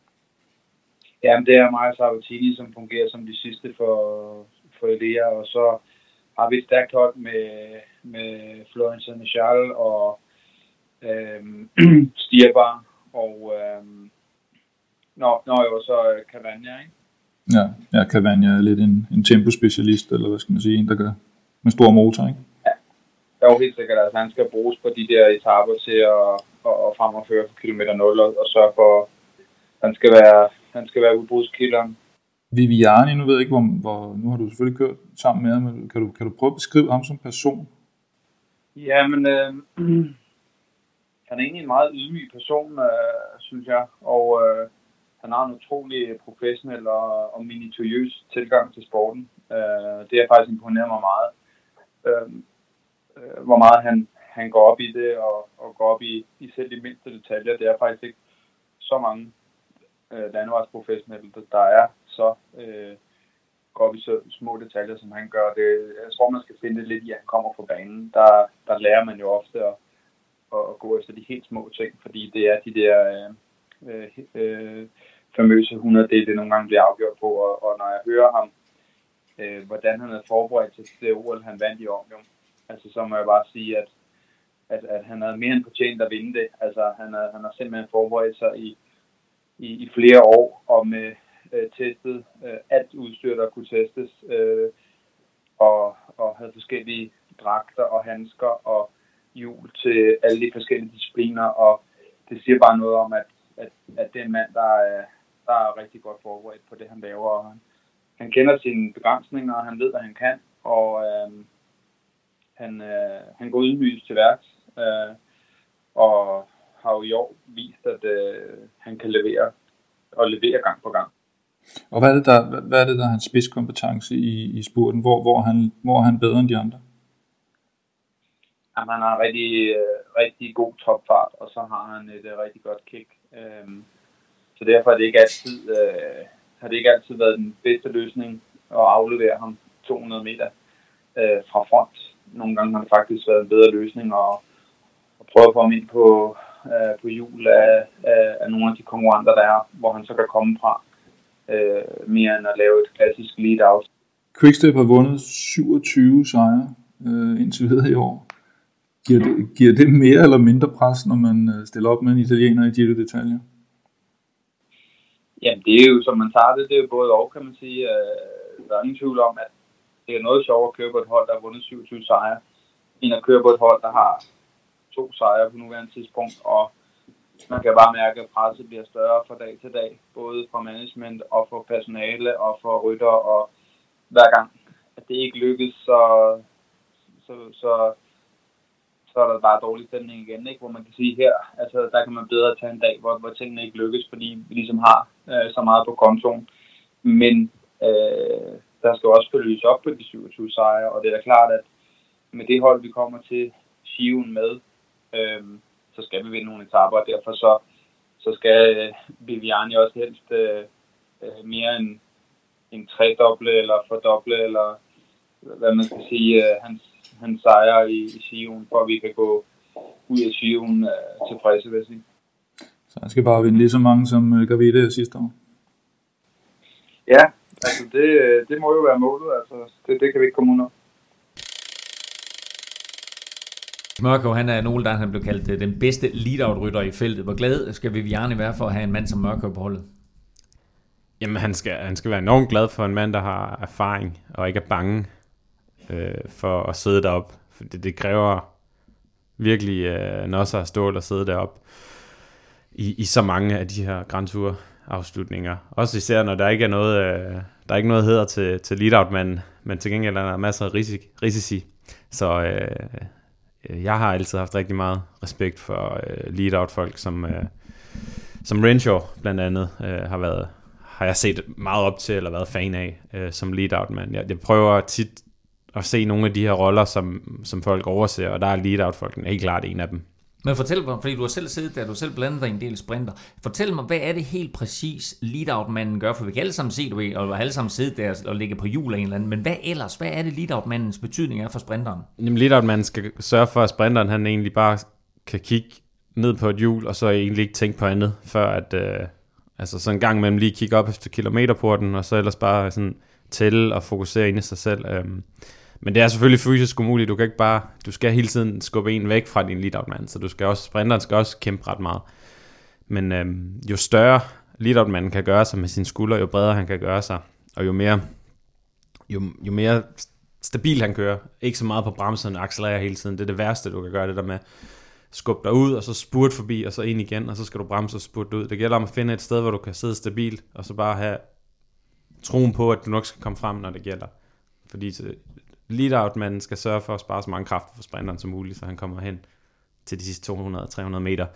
Jamen, det er mig og Sabatini, som fungerer som de sidste for, for Elia, og så har vi et stærkt hold med, med Florian Sénéchal og øhm, Stierbar og øhm, nå, nå jo så Cavagna, ikke? Ja, ja, Cavagna er lidt en, en tempospecialist, eller hvad skal man sige, en der gør med stor motor, ikke? Ja, det er jo helt sikkert, at han skal bruges på de der etaper til at, at, at frem og føre på kilometer nul, og, og sørge for, at han skal være, han skal være udbrudskilderen. Viviani, nu ved jeg ikke, hvor, hvor nu har du selvfølgelig kørt sammen med ham, kan du, kan du prøve at beskrive ham som person? Ja, men øh, han er egentlig en meget ydmyg person, øh, synes jeg, og øh, han har en utrolig professionel og, og minutiøs tilgang til sporten. Øh, det har faktisk imponeret mig meget. Øh, øh, hvor meget han, han går op i det, og, og går op i, i selv de mindste detaljer. Det er faktisk ikke så mange øh, landevejsprofessionelle, der er så øh, går op i så små detaljer, som han gør. Det, jeg tror, man skal finde det lidt i, at han kommer på banen. Der, der lærer man jo ofte at, at gå efter de helt små ting, fordi det er de der øh, øh, famøse hundrede, det nogle gange bliver afgjort på, og, og når jeg hører ham, øh, hvordan han havde forberedt sig til det O L, han vandt i år, jo. Altså, så må jeg bare sige, at, at, at han havde mere end fortjent at vinde det. Altså, han har, han har simpelthen forberedt sig i, i, i flere år, og med øh, testet øh, alt udstyr, der kunne testes, øh, og, og havde forskellige dragter og handsker og hjul til alle de forskellige discipliner, og det siger bare noget om, at, at, at det er en mand, der er, der er rigtig godt forberedt på det, han laver, og han, han kender sine begrænsninger, og han ved, hvad han kan, og øh, han, øh, han går ydmygt til værks, øh, og har jo i år vist, at øh, han kan levere, og levere gang på gang. Og hvad er det, der, hvad er, det, der er hans spidskompetence i, i spurten? Hvor, hvor, han, hvor er han bedre end de andre? Jamen, han har en rigtig, øh, rigtig god topfart, og så har han et øh, rigtig godt kick. Øhm, så derfor har det ikke altid, øh, har det ikke altid været den bedste løsning at aflevere ham to hundrede meter øh, fra front. Nogle gange har det faktisk været en bedre løsning at, at prøve at få ham ind på, øh, på hjul af, af, af nogle af de konkurrenter, der er, hvor han så kan komme fra, øh, mere end at lave et klassisk lead-out. Quickstep har vundet syvogtyve sejre øh, indtil videre i år. Giver det, giver det mere eller mindre pres, når man stiller op med en italiener i Giro d'Italia? Jamen, det er jo, som man tager det, det er jo både og, kan man sige. Øh, der er ingen tvivl om, at det er noget sjovt at køre på et hold, der har vundet syvogtyve sejre, end at køre på et hold, der har to sejre på nuværende tidspunkt, og man kan bare mærke, at presset bliver større fra dag til dag, både for management og for personale og for rytter, og hver gang, at det ikke lykkes, så, så, så, så er der bare dårlig stemning igen, ikke? Hvor man kan sige her, altså der kan man bedre tage en dag, hvor, hvor tingene ikke lykkes, fordi vi ligesom har øh, så meget på kontoen. Men øh, der skal også følges op på de syvogtyve sejre, og det er da klart, at med det hold, vi kommer til Giroen med, øh, så skal vi vinde nogle etaper, og derfor så, så skal øh, Viviani også helst øh, mere end en tredoble eller fordoble, eller hvad man skal sige, øh, hans, hans sejre i, i Giroen, for at vi kan gå ud af Giroen øh, tilfredse, vil jeg sige. Så han skal bare vinde lige så mange som øh, Gaviria sidste år? Ja, altså det, det må jo være målet, altså det, det kan vi ikke komme under. Mørkøv, han er nogle, der han blev kaldt den bedste lead-out-rytter i feltet. Hvor glad skal Viviani være for at have en mand som Mørkøv på holdet? Jamen, han skal, han skal være enormt glad for en mand, der har erfaring og ikke er bange øh, for at sidde deroppe. For det, det kræver virkelig øh, nosser af stål at sidde deroppe i, i så mange af de her Grand Tour afslutninger. Også især, når der ikke er noget, øh, der er ikke noget hedder til, til lead-out-manden, men til gengæld er der masser af risici. risici. Så øh, jeg har altid haft rigtig meget respekt for øh, lead-out-folk, som, øh, som Renshaw blandt andet øh, har været, har jeg set meget op til, eller været fan af øh, som lead-out-mand. Jeg, jeg prøver tit at se nogle af de her roller, som, som folk overser, og der er lead-out-folkene helt klart en af dem. Men fortæl mig, fordi du har selv siddet der, du har selv blandet dig en del sprinter. Fortæl mig, hvad er det helt præcis lead-out-manden gør? For vi kan alle sammen se det, og alle sammen sidde der og ligge på hjul af en eller anden. Men hvad ellers? Hvad er det lead-out-mandens betydning er for sprinteren? Jamen, lead-out-manden skal sørge for, at sprinteren han egentlig bare kan kigge ned på et hjul, og så egentlig ikke tænke på andet, før at, øh, altså så en gang imellem lige kigge op efter kilometerporten, og så ellers bare sådan tælle og fokusere ind i sig selv. Øhm. Men det er selvfølgelig fysisk umuligt. Du kan ikke bare, du skal hele tiden skubbe en væk fra din lead-out-mand, så du skal også, sprinteren skal også kæmpe ret meget. Men øhm, jo større lead-out-manden kan gøre sig med sine skuldre, jo bredere han kan gøre sig, og jo mere, jo, jo mere stabil han kører, ikke så meget på bremsen og accelererer hele tiden. Det er det værste, du kan gøre, det der med skubbe dig ud, og så spurt forbi, og så ind igen, og så skal du bremse og spurte ud. Det gælder om at finde et sted, hvor du kan sidde stabilt, og så bare have troen på, at du nok skal komme frem, når det gælder. Fordi lead-out-manden skal sørge for at spare så mange kræfter for sprinteren som muligt, så han kommer hen til de sidste to hundrede til tre hundrede meter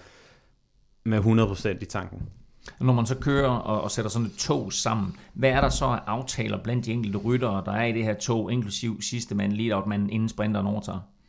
med hundrede procent i tanken. Når man så kører og, og sætter sådan et tog sammen, hvad er der så af aftaler blandt de enkelte ryttere, der er i det her tog, inklusiv sidste mand, lead-out-manden, inden sprinteren overtager?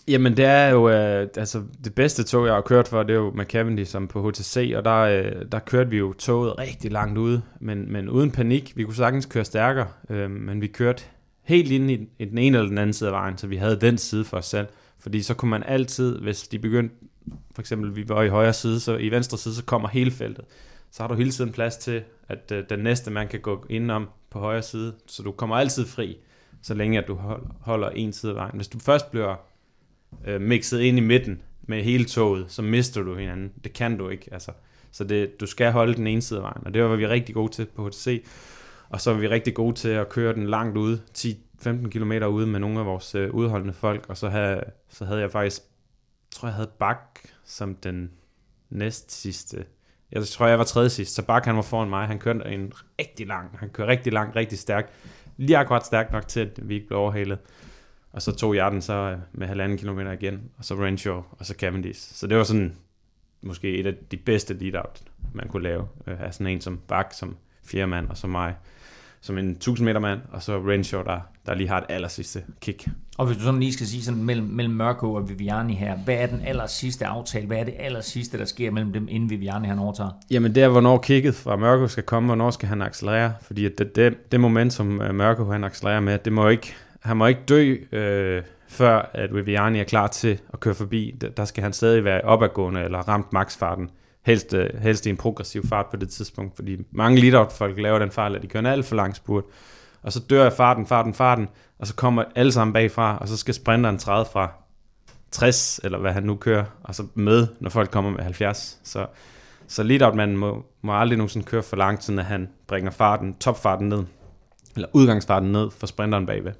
Jamen det er jo øh, altså det bedste tog jeg har kørt for, det er jo med Cavendish som på H T C, og der, øh, der kørte vi jo toget rigtig langt ude, men, men uden panik. Vi kunne sagtens køre stærkere, øh, men vi kørte helt ind i, i den ene eller den anden side af vejen, så vi havde den side for os selv, fordi så kunne man altid, hvis de begyndte, for eksempel vi var i højre side, så i venstre side, så kommer hele feltet, så har du hele tiden plads til, at øh, den næste man kan gå indenom på højre side, så du kommer altid fri, så længe at du holder en side af vejen. Hvis du først bliver øh, mixet ind i midten med hele toget, så mister du hinanden. Det kan du ikke, altså. Så det, du skal holde den ene side af vejen, og det var vi rigtig gode til på H T C. Og så var vi rigtig gode til at køre den langt ude, ti til femten kilometer ude med nogle af vores øh, udholdende folk, og så havde, så havde jeg faktisk, tror jeg havde Bak som den næst sidste. Jeg tror, jeg var tredje sidst, så Bak han var foran mig. Han kørte en rigtig lang, han kørte rigtig langt, rigtig stærkt. Lige akkurat stærkt nok til, at vi ikke blev overhalet. Og så tog jeg den så med halvanden kilometer igen, og så Renshaw, og så Cavendish. Så det var sådan, måske et af de bedste lead-out, man kunne lave. Af sådan en som Bak, som fjerde mand, og så mig, som en tusind meter mand, og så Renshaw, der, der lige har et aller sidste kick. Og hvis du sådan lige skal sige sådan mellem, mellem Mørkøv og Viviani her, hvad er den aller sidste aftale? Hvad er det aller sidste, der sker mellem dem, inden Viviani han overtager? Jamen det er, hvornår kicket fra Mørkøv skal komme, hvornår skal han accelerere, fordi det, det, det moment, som Mørkøv han accelererer med, det må ikke, han må ikke dø, øh, før at Viviani er klar til at køre forbi. Der skal han stadig være opadgående eller ramt maksfarten. Helst, helst i en progressiv fart på det tidspunkt, fordi mange lead-out-folk laver den fejl, at de kører en alt for lang spurt, og så dør jeg farten, farten, farten, og så kommer alle sammen bagfra, og så skal sprinteren træde fra tres, eller hvad han nu kører, og så med, når folk kommer med halvfjerds. Så, så lead-out-manden må, må aldrig nogensinde køre for langt, sådan at han bringer farten, topfarten ned, eller udgangsfarten ned for sprinteren bagved.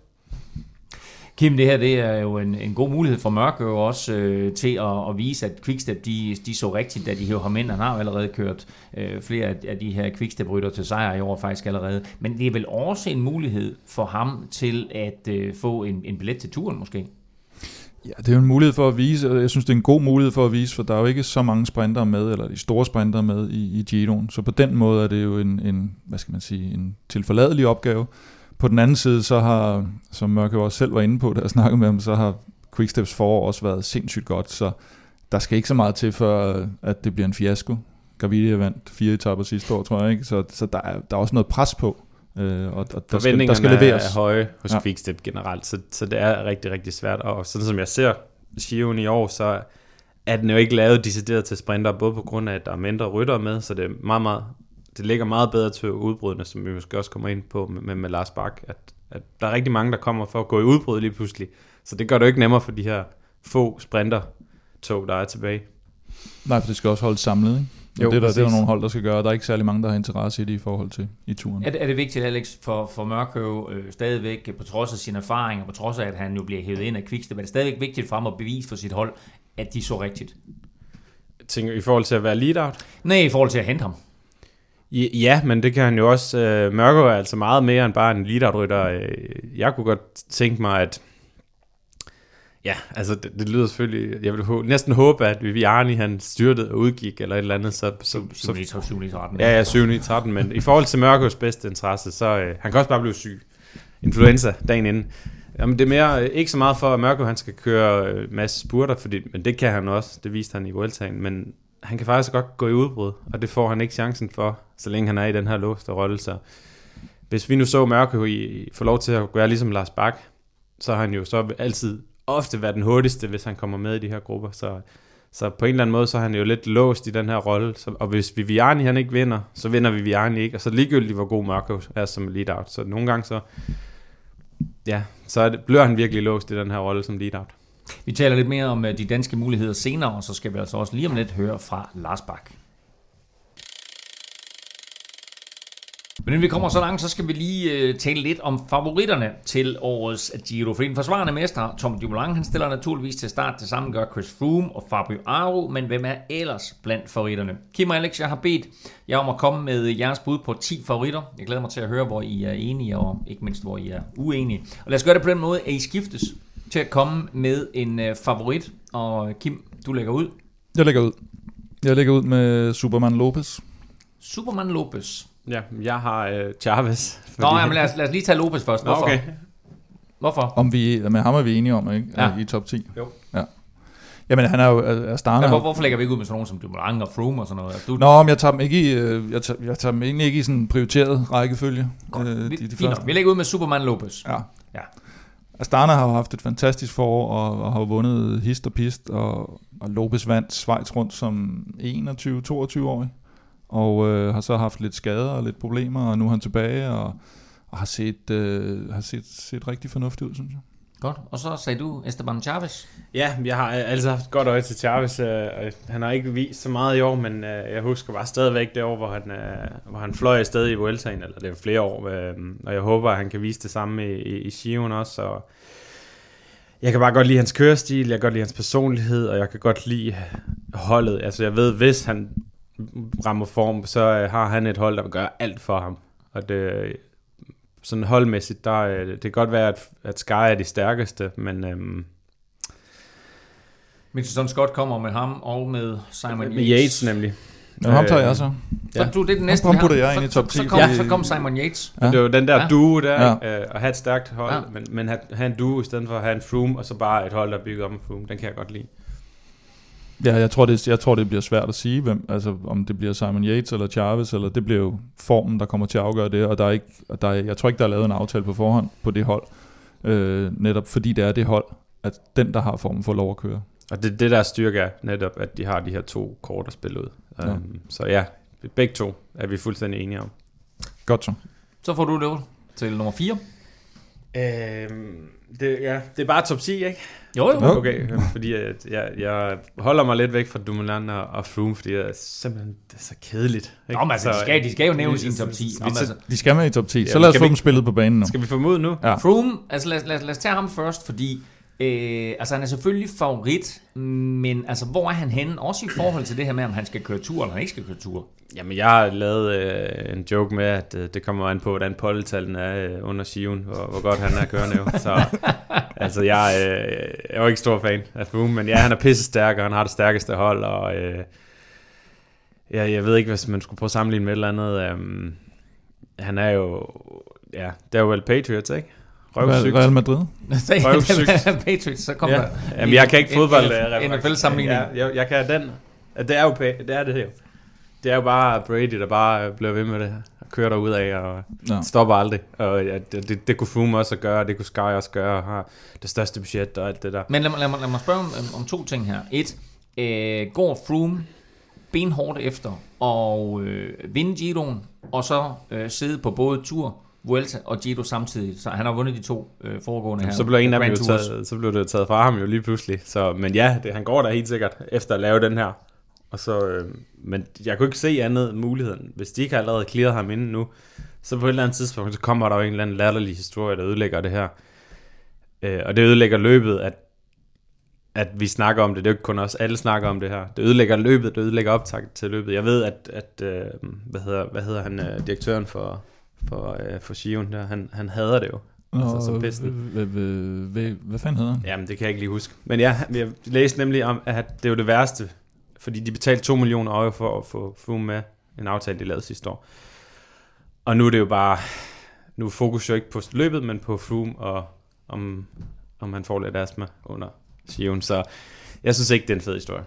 Kim, det her det er jo en, en god mulighed for Mørkøv også øh, til at, at vise, at Quickstep de, de så rigtigt, da de hæver ham ind. Han har jo allerede kørt øh, flere af, af de her Quickstep-rytter til sejr i år faktisk allerede. Men det er vel også en mulighed for ham til at øh, få en, en billet til turen måske? Ja, det er jo en mulighed for at vise, og jeg synes, det er en god mulighed for at vise, for der er jo ikke så mange sprintere med, eller de store sprintere med i, i Giroen. Så på den måde er det jo en, en, hvad skal man sige, en tilforladelig opgave. På den anden side, så har, som Mørke også selv var inde på, da jeg snakkede med ham, så har Quicksteps forår også været sindssygt godt, så der skal ikke så meget til, for at det bliver en fiasko. Gaviria vandt fire etaper sidste år, tror jeg, ikke? Så, så der, er, der er også noget pres på, øh, og, og der, skal, der skal leveres. Er høje hos ja. Quickstep generelt, så, så det er rigtig, rigtig svært. Og sådan som jeg ser Giroen i år, så er den jo ikke lavet decideret til sprinter, både på grund af, at der er mindre ryttere med, så det er meget, meget... Det ligger meget bedre til udbrydende, som vi måske også kommer ind på med, med, med Lars Bak, at, at der er rigtig mange, der kommer for at gå i udbrud lige pludselig. Så det gør det jo ikke nemmere for de her få sprinter-tog, der er tilbage. Nej, for det skal også holdes samlet, ikke? Jo, det, er der, det er der nogle hold, der skal gøre. Der er ikke særlig mange, der har interesse i det i forhold til i turen. Er det, er det vigtigt, Alex, for, for Mørkøv øh, stadigvæk, på trods af sine erfaringer, på trods af, at han jo bliver hævet ind af Quickstep, er det stadigvæk vigtigt for ham at bevise for sit hold, at de så rigtigt? Tænker i forhold til at være lead-out? Nej, i forhold til at hente ham. Ja, men det kan han jo også. Øh, Mørkøv er altså meget mere end bare en lead-out-rytter. Øh, jeg kunne godt tænke mig, at... Ja, altså det, det lyder selvfølgelig... Jeg ville hå- næsten håbe, at Viviani han styrtede og udgik, eller et eller andet. Så, så, så, syv ni tretten Ja, ja, syv ni tretten men i forhold til Mørkøvs bedste interesse, så øh, han kan også bare blive syg. Influenza dagen inden. Jamen det er mere, øh, ikke så meget for, at Mørkøv han skal køre øh, masse spurter, fordi, men det kan han også. Det viste han i Vueltaen, men... Han kan faktisk godt gå i udbrud, og det får han ikke chancen for, så længe han er i den her låste rolle. Så hvis vi nu så Mørkøv i få lov til at gøre ligesom Lars Bak, så har han jo så altid ofte været den hurtigste, hvis han kommer med i de her grupper. Så, så på en eller anden måde, så er han jo lidt låst i den her rolle. Så, og hvis Viviani han ikke vinder, så vinder Viviani ikke. Og så ligegyldigt, hvor god Mørkøv er som lead-out. Så nogle gange så, ja, så er det, bliver han virkelig låst i den her rolle som lead-out. Vi taler lidt mere om de danske muligheder senere, og så skal vi altså også lige om lidt høre fra Lars Bak. Men inden vi kommer så langt, så skal vi lige uh, tale lidt om favoritterne til årets Giro. For den forsvarende mester, Tom Dumoulin, han stiller naturligvis til start. Det samme gør Chris Froome og Fabio Aru, men hvem er ellers blandt favoritterne? Kim og Alex, jeg har bedt jer om at komme med jeres bud på ti favoritter. Jeg glæder mig til at høre, hvor I er enige, og ikke mindst, hvor I er uenige. Og lad os gøre det på den måde, at I skiftes til at komme med en uh, favorit. Og Kim, du lægger ud. Jeg lægger ud. Jeg lægger ud med Superman Lopez. Superman Lopez. Ja, jeg har øh, Chavez. Nå, jamen lad os, lad os lige tage Lopez først. Nå, okay. Hvorfor? Om vi, med ham er vi enige om, ikke? Ja. I top ti. Jo. Ja. Jamen, han er jo Astana. Ja, hvor, hvorfor lægger vi ikke ud med sådan nogen som Dumoulin og Froome og sådan noget? Du... Nå, men jeg tager dem ikke i, jeg tager, jeg tager dem egentlig ikke i sådan en prioriteret rækkefølge. Godt, øh, vi, de, de fint, vi lægger ud med Superman Lopez. Ja. Ja. Astana har jo haft et fantastisk forår og, og har vundet hist og pist, og, og Lopez vandt Schweiz rundt som enogtyve toogtyve-årig, og øh, har så haft lidt skader og lidt problemer, og nu er han tilbage, og, og har, set, øh, har set, set rigtig fornuftigt ud, synes jeg. Godt, og så sagde du Esteban Chaves. Ja, jeg har altså haft godt øje til Chaves. Han har ikke vist så meget i år, men jeg husker bare stadigvæk det år, hvor han, hvor han fløj afsted i Vueltaen, eller det er flere år, og jeg håber, at han kan vise det samme i, i, i Giroen også. Og jeg kan bare godt lide hans kørestil, jeg kan godt lide hans personlighed, og jeg kan godt lide holdet. Altså jeg ved, hvis han rammer form, så har han et hold, der vil gøre alt for ham. Og det sådan holdmæssigt, der, det kan godt være, at, at Sky er de stærkeste, men øhm, Mitchelton Scott kommer med ham og med Simon Yates. Med Yates nemlig. Ja, ham tager jeg så. Så du, det er den næste, ham vi har. putter jeg ind i top ti. Så, så, kom, ja. så kom Simon Yates. Ja. Det var den der Ja. duo der, Ja. øh, at have et stærkt hold, Ja. men, men have, have en duo i stedet for at have en Froome, og så bare et hold, der er bygget om en Froome. Den kan jeg godt lide. Ja, jeg tror, det, jeg tror, det bliver svært at sige, hvem, altså, om det bliver Simon Yates eller Chaves, eller det bliver jo formen, der kommer til at afgøre det, og der er ikke, og der er, jeg tror ikke, der er lavet en aftale på forhånd på det hold, øh, netop fordi det er det hold, at den, der har formen, får lov at køre. Og det det der styrke er netop, at de har de her to kort at spille ud. Ja. Um, så ja, begge to er vi fuldstændig enige om. Godt så. Så får du det til nummer fire. Øhm, det, ja, det er bare top ti, ikke? Jo, jo. Jo. Okay, fordi at jeg, jeg holder mig lidt væk fra Dumoulin og, og Froome, fordi det er simpelthen det er så kedeligt. Ikke? Nå, men altså, de skal, de skal jo nævne sin top ti. Skal Nå, vi men tage- altså, De skal med i top ti, så Ja, lad os kan få vi- dem spillet på banen nu. Skal vi få dem ud nu? Ja. Froome, altså lad, lad, lad os tage ham først, fordi øh, altså, han er selvfølgelig favorit, men altså, hvor er han henne? Også i forhold til det her med, om han skal køre tur, eller han ikke skal køre tur. Jamen, jeg har lavet øh, en joke med, at øh, det kommer an på, hvordan polletallene er øh, under Giroen, hvor, hvor godt han er kørende jo. Så altså, jeg, øh, jeg er jo ikke stor fan af Froome, men ja, han er pisse stærk, og han har det stærkeste hold, og øh, ja, jeg ved ikke, hvis man skulle prøve at sammenligne med et eller andet. Øh, han er jo, ja, det er jo vel Patriots, ikke? Røvsygt. Real Madrid. Røvsygt. Patriots, så kom Ja. der. Jamen, jeg kan ikke fodbold. N F L-sammenligning. Ja, jeg, jeg kan den. Det er jo det er det her. Det er jo bare Brady, der bare bliver ved med det her. Og kører derud af og Ja. stopper aldrig. Og ja, det, det, det kunne Froome også gøre, det kunne Sky også gøre, og har det største budget og alt det der. Men lad, mig- lad, mig, lad mig spørge om, om to ting her. Et, øh, går Froome benhårdt efter og øh, vinde Giroen, og så øh, sidde på både Tour, Vuelta og Giro samtidig. Så han har vundet de to øh, foregående her. Så blev en af dem Grand jo Tours. taget, så blev det taget fra ham jo lige pludselig. Så, men ja, det, han går der helt sikkert efter at lave den her. Og så, øh, men jeg kunne ikke se andet muligheden. Hvis de ikke har allerede clearet ham inden nu, så på et eller andet tidspunkt, så kommer der jo en eller anden latterlig historie, der ødelægger det her. Øh, og det ødelægger løbet, at, at vi snakker om det. Det er jo ikke kun os, alle snakker om det her. Det ødelægger løbet, det ødelægger optakt til løbet. Jeg ved, at, at øh, hvad, hedder, hvad hedder han, øh, direktøren for, for, øh, for Giroen der, han, han hader det jo. Altså, som pesten. Hvad, hvad, hvad, hvad fanden hedder han? Jamen, det kan jeg ikke lige huske. Men ja, jeg læste nemlig om, at det er jo det værste, fordi de betalte to millioner euro for at få Froome med en aftale, de lavede sidste år. Og nu er det jo bare, nu er fokus jo ikke på løbet, men på Froome, og om, om han får lidt astma under Giroen. Så jeg synes ikke, det er en fed historie.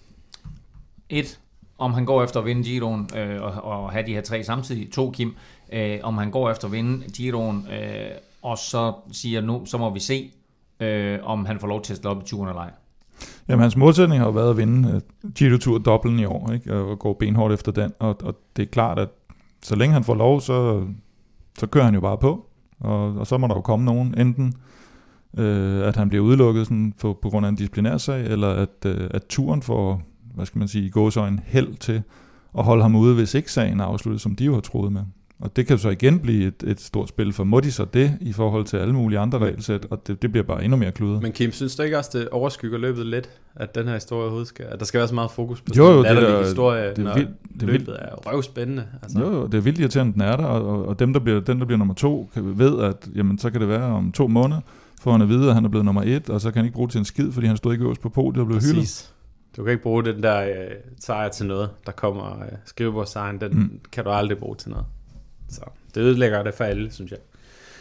Et, om han går efter at vinde Giroen øh, og, og have de her tre samtidig. To, Kim, øh, om han går efter at vinde Giroen, øh, og så siger nu, så må vi se, øh, om han får lov til at slå op i turen eller ej. Jamen, hans målsætning har jo været at vinde uh, Giro Tour dobbelten i år, ikke? Og gå benhårdt efter den, og, og det er klart, at så længe han får lov, så, så kører han jo bare på, og, og så må der jo komme nogen, enten øh, at han bliver udelukket sådan, for, på grund af en disciplinærsag, eller at, øh, at turen får, hvad skal man sige, i gåseøjne held til at holde ham ude, hvis ikke sagen er afsluttet, som de jo har troet med. Og det kan så igen blive et, et stort spil, for må de så det i forhold til alle mulige andre regelsæt, og det, det bliver bare endnu mere kludret. Men Kim, synes du ikke også, det overskygger løbet lidt, at den her historie overhovedet skal, at der skal være så meget fokus på Jo, jo, sådan en det latterlig er- historie, det er når vildt- det er løbet vildt. er røvspændende. Altså. Jo, jo, det er vildt irriterende, den er der, og, og, og dem, der bliver, den, der bliver nummer to, kan, ved, at jamen, så kan det være om to måneder, får han at vide, at han er blevet nummer et, og så kan han ikke bruge det til en skid, fordi han stod ikke øverst på podiet og blev hyldet. Præcis. Du kan ikke bruge den der øh, sejr til noget, der kommer øh, skrivebordssejren, den Mm. mm. kan du aldrig bruge til noget. Så det ødelægger det for alle, synes jeg.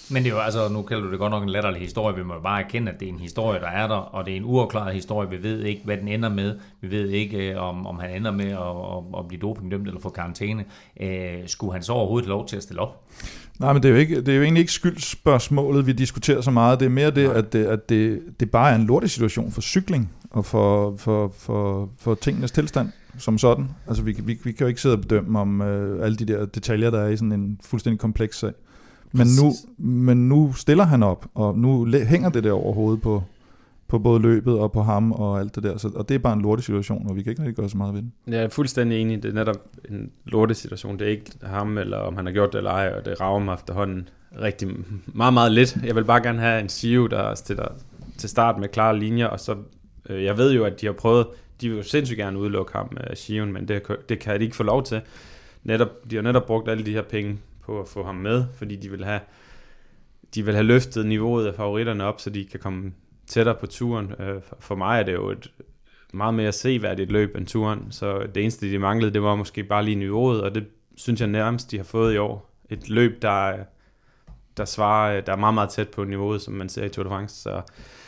Men det er jo altså, nu kalder du det godt nok en latterlig historie, vi må jo bare erkende, at det er en historie, der er der, og det er en uafklaret historie, vi ved ikke, hvad den ender med, vi ved ikke, om, om han ender med at, at, at blive dopingdømt eller få karantæne. Øh, skulle han så overhovedet lov til at stille op? Nej, men det er, jo ikke, det er jo egentlig ikke skyldsspørgsmålet, vi diskuterer så meget. Det er mere det, at, det, at det, det bare er en lortesituation for cykling og for, for, for, for tingenes tilstand som sådan. Altså, vi, vi, vi kan jo ikke sidde og bedømme om øh, alle de der detaljer, der er i sådan en fuldstændig kompleks sag. Men nu, men nu stiller han op, og nu hænger det der over hovedet på, på både løbet og på ham og alt det der. Så, og det er bare en lortesituation, og vi kan ikke rigtig gøre så meget ved den. Jeg er fuldstændig enig. Det er netop en lortesituation. Det er ikke ham, eller om han har gjort det eller ej, og det rager mig efterhånden rigtig meget, meget lidt. Jeg vil bare gerne have en C E O, der stiller til start med klare linjer, og så, øh, jeg ved jo, at de har prøvet, de vil jo sindssygt gerne udelukke ham af C E O'en, men det, det kan de ikke få lov til. Netop, de har netop brugt alle de her penge på at få ham med, fordi de vil have, de vil have løftet niveauet af favoritterne op, så de kan komme tættere på turen. For mig er det jo et meget mere seværdigt løb end turen, så det eneste, de manglede, det var måske bare lige niveauet, og det synes jeg nærmest, de har fået i år. Et løb, der, der svarer, der er meget, meget tæt på niveauet, som man ser i Tour de France, så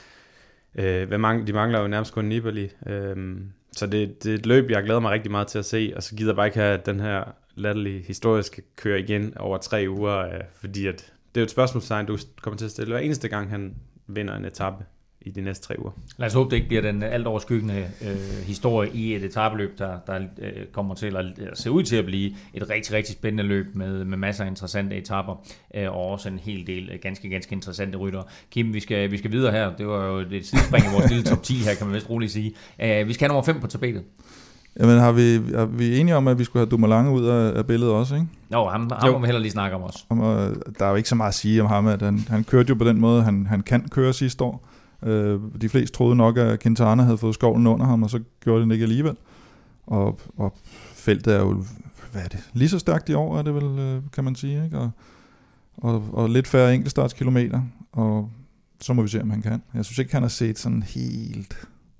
øh, de mangler jo nærmest kun Nibali. Øh, så det, det er et løb, jeg glæder mig rigtig meget til at se, og så gider jeg bare ikke have den her latterlige historiske køre igen over tre uger, øh, fordi at det er jo et spørgsmålstegn, du kommer til at stille hver eneste gang, han vinder en etape i de næste tre uger. Lad os håbe, det ikke bliver den alt overskyggende øh, historie i et etapeløb, der, der øh, kommer til at se ud til at blive et rigtig, rigtig spændende løb med, med masser af interessante etaper, øh, og også en hel del øh, ganske, ganske interessante ryttere. Kim, vi skal, vi skal videre her. Det var jo et sidespring i vores lille top ti her, kan man vist roligt sige. Øh, vi skal have nummer fem på tapetet. Jamen, har vi, er vi enige om, at vi skulle have Dumoulin ud af, af billedet også, ikke? Jo, ham, ham må vi heller lige snakke om også. Om, øh, der er jo ikke så meget at sige om ham, at han, han kørte jo på den måde, han, han kan køre sidste år. Øh, de fleste troede nok, at Quintana havde fået skovlen under ham, og så gjorde det ikke alligevel. Og, og feltet er jo, hvad er det, lige så stærkt i år, er det vel, kan man sige, ikke? Og, og, og lidt færre enkeltstartskilometer, og så må vi se, om han kan. Jeg synes ikke, han har set sådan helt,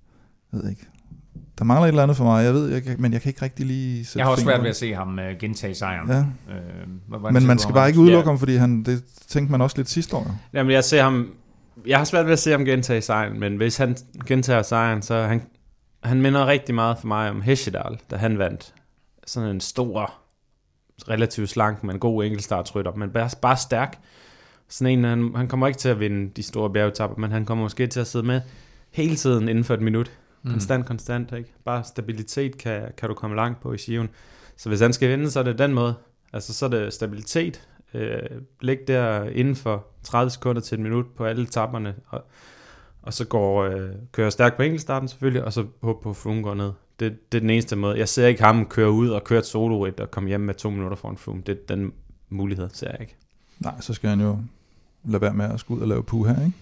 jeg ved ikke, der mangler et eller andet for mig, jeg ved, jeg kan, men jeg kan ikke rigtig lige sætte. Jeg har også svært ved at se ham uh, gentage sejren. Ja. Øh, men man skal bare ikke udelukke ja. ham, fordi han, det tænkte man også lidt sidste år. Jamen, jeg ser ham, jeg har svært ved at se ham gentage sejren, men hvis han gentager sejren, så han, han minder rigtig meget for mig om Hesjedal, da han vandt. Sådan en stor, relativt slank, men god enkeltstartsrytter, men bare, bare stærk. Sådan en, han, han kommer ikke til at vinde de store bjergetapper, men han kommer måske til at sidde med hele tiden inden for et minut. Konstant, mm. konstant, ikke? Bare stabilitet kan, kan du komme langt på i Sion. Så hvis han skal vinde, så er det den måde. Altså, så er det stabilitet. Øh, læg der inden for tredive sekunder til et minut på alle etapperne, og, og så går, øh, kører stærkt på enkeltstarten selvfølgelig, og så håber på, at Froome går ned. Det, det er den eneste måde. Jeg ser ikke ham køre ud og køre et solo-rit og komme hjem med to minutter foran Froome. Det er den mulighed, ser jeg ikke. Nej, så skal han jo lade være med at skulle ud og lave puha, ikke?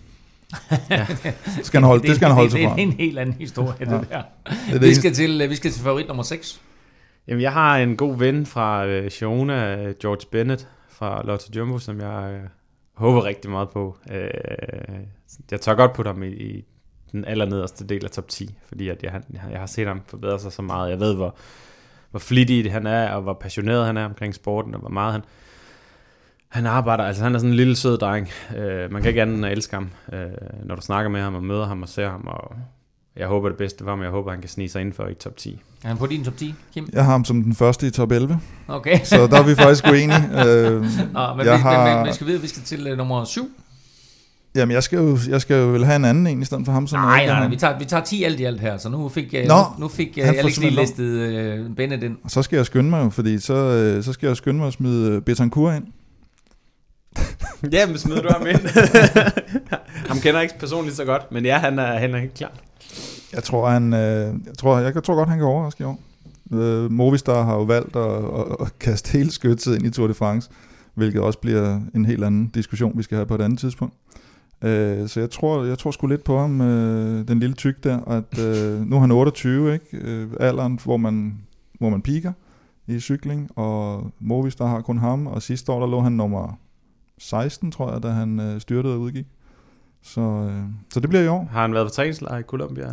Ja. Skal han holde, det, det skal han holde sig fra. Det er en helt anden historie, ja. det der. Det det vi, skal til, vi skal til favorit nummer seks. Jamen, jeg har en god ven fra øh, Girona, George Bennett fra Lotto Jumbo, som jeg øh, håber rigtig meget på. Øh, jeg tør godt på ham i, i den allernederste del af top ti, fordi at jeg, jeg har set ham forbedre sig så meget. Jeg ved, hvor, hvor flittig han er, og hvor passioneret han er omkring sporten, og hvor meget han... Han arbejder, altså han er sådan en lille sød dreng. Øh, man kan ikke andet end at elske ham, øh, når du snakker med ham og møder ham og ser ham. Og jeg håber det bedste for ham, jeg håber han kan snige sig indenfor i top ti. Er han på din top ti, Kim? Jeg har ham som den første i top elleve. Okay. Så der er vi faktisk uenige. Øh, Nå, men, vi, har... men, men vi skal vide, vi skal til uh, nummer syv. Jamen jeg skal jo, jeg skal jo vel have en anden en i stedet for ham. Som nej, nej, nej, vi tager, vi tager ti alt i alt her, så nu fik, Nå, nu, nu fik jeg Alex lige listet uh, Bennett ind. Og så skal jeg skynde mig, fordi så, uh, så skal jeg skynde mig at smide Betancourt ind. Ja, men smider du ham ind. Ham kender jeg ikke personligt så godt, men ja, han er, han er helt klar. Jeg tror, han, øh, jeg, tror, jeg tror godt, han kan overraske i år. Øh, Movistar har jo valgt at, at, at kaste hele skytset ind i Tour de France, hvilket også bliver en helt anden diskussion, vi skal have på et andet tidspunkt. Øh, så jeg tror, jeg tror sgu lidt på ham, øh, den lille tyk der, at øh, nu er han otteogtyve, ikke? Øh, alderen, hvor man, hvor man piker i cykling, og Movistar har kun ham, og sidste år der lå han nummer seksten, tror jeg, da han øh, styrtede og udgik. Så, øh, så det bliver i år. Har han været på træningslejr i Colombia?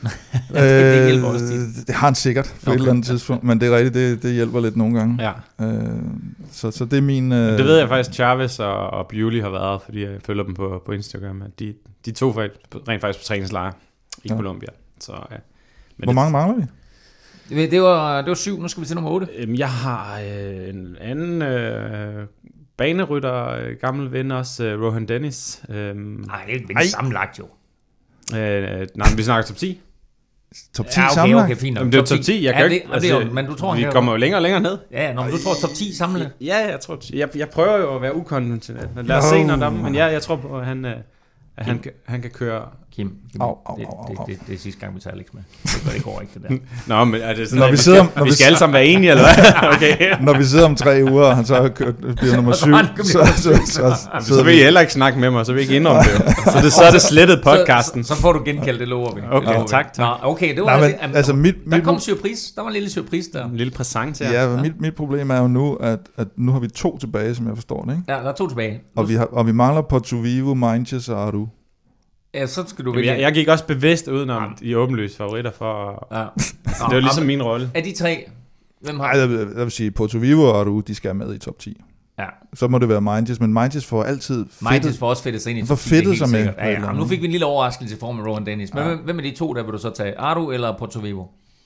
det, det hjælper også tit. Det har han sikkert på okay. et eller andet tidspunkt, men det er rigtigt, det, det hjælper lidt nogle gange. Ja. Øh, så, så det er min... Øh, det ved jeg faktisk, Chavez og, og Bewley har været, fordi jeg følger dem på, på Instagram. De, de to rent faktisk på træningslejre i ja. Colombia. Så, ja. Men Hvor mange mangler vi? Det, det, var, det var syv, nu skal vi til nummer otte. Jeg har øh, en anden øh, banerytter, øh, gammel ven også, øh, Rohan Dennis. Øh, Nej, det er ikke sammenlagt jo. Øh, nej, vi snakker top ti. Top ti ja, okay, sammenlagt? Okay, fint. Jamen, det er top ti. Jeg kan ja, ikke, det, altså, det, men du tror, vi kommer jo længere og længere ned. Ja, når du tror top ti samlet. Ja, jeg tror, jeg, jeg prøver jo at være ukonventionel. Lad os se, når der, men jeg, jeg tror på, at han, at han, han kan køre... Kim, Kim au, au, det, au, det, au. det, det, det er sidste gang, vi tager Alex med. Det, det går ikke, det der. Nå, men er det sådan, når vi, sidder, skal, når vi vi skal alle sammen være enige, eller hvad? Okay. Når vi sidder om tre uger, og han så bliver nummer syv, så, så, så, så, så, så vil I heller ikke snakke med mig, så vil I ikke indrømme det. Så, det, så er det slettet podcasten. Så, så, så får du genkaldt, det lover vi. Okay, lover tak. Vi. Nå, okay, det var Nej, det. men, altså, mit, der mit, kom surprise. Der var en lille surprise der. En lille præsent her. Ja, ja. Mit, mit problem er jo nu, at, at nu har vi to tilbage, som jeg forstår det, ikke? Ja, der er to tilbage. Og vi, har, og vi mangler Porto Vivo, Mainz og Aru. Ja, så skal du Jamen, vælge. jeg, jeg gik også bevidst udenom de åbenlyse favoritter for... Ja. Altså, det var ligesom min rolle. Af de tre, hvem har... Ej, jeg, vil, jeg vil sige, Porto Vivo og Aru, de skal med i top ti. Ja. Så må det være Mainz, men Mainz får altid fedtet. Mainz får også fedtet sig ind i for fedtet sig med. Ja, ja. Nu fik vi en lille overraskelse i form af Rohan Dennis. Men ja. hvem er de to, der vil du så tage? Aru eller Porto Vivo?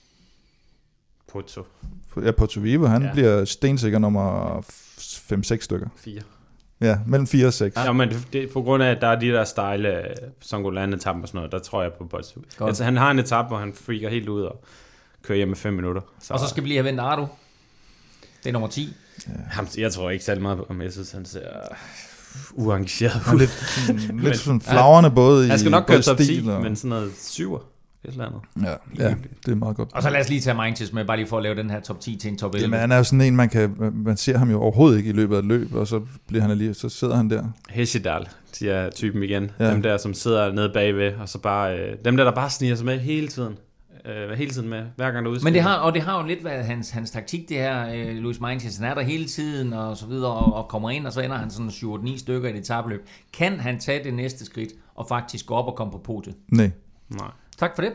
Porto. Ja, Porto Vivo, han ja. bliver stensikker nummer fem seks stykker. fire. Ja, mellem fire og seks. Ja, men det, på grund af, at der er de der stejle Songolan-etappen og sådan noget, der tror jeg på Porto. Altså, han har en etape, hvor han freaker helt ud og kører hjem med fem minutter. Så. Og så skal vi lige have vendt Aru. Det er nummer ti. Ja. Jeg tror ikke særlig meget på ham. Jeg synes, han ser uengageret ud. Lidt sådan, lidt sådan flagrende både i han skal nok køre top ti, og... men sådan noget syver. Et eller andet. Ja, ja, det er meget godt. Og så lad os lige tage Mainz med, bare lige for at lave den her top ti til en top elleve. Jamen, han er jo sådan en, man kan, man ser ham jo overhovedet ikke i løbet af et løb, og så bliver han lige, så sidder han der. Hesjedal, de er typen igen. Ja. Dem der, som sidder nede bagved, og så bare, øh, dem der, der bare sniger sig med hele tiden. Øh, hele tiden med, hver gang der udskriver. Men det har, og det har jo lidt været hans, hans taktik, det her, øh, Louis Mainz, han er der hele tiden, og så videre, og, og kommer ind, og så ender han sådan syv ni stykker i det etapløb. Kan han tage det næste skridt, og faktisk gå op og komme på podiet? Nej. Nej. Tak for det.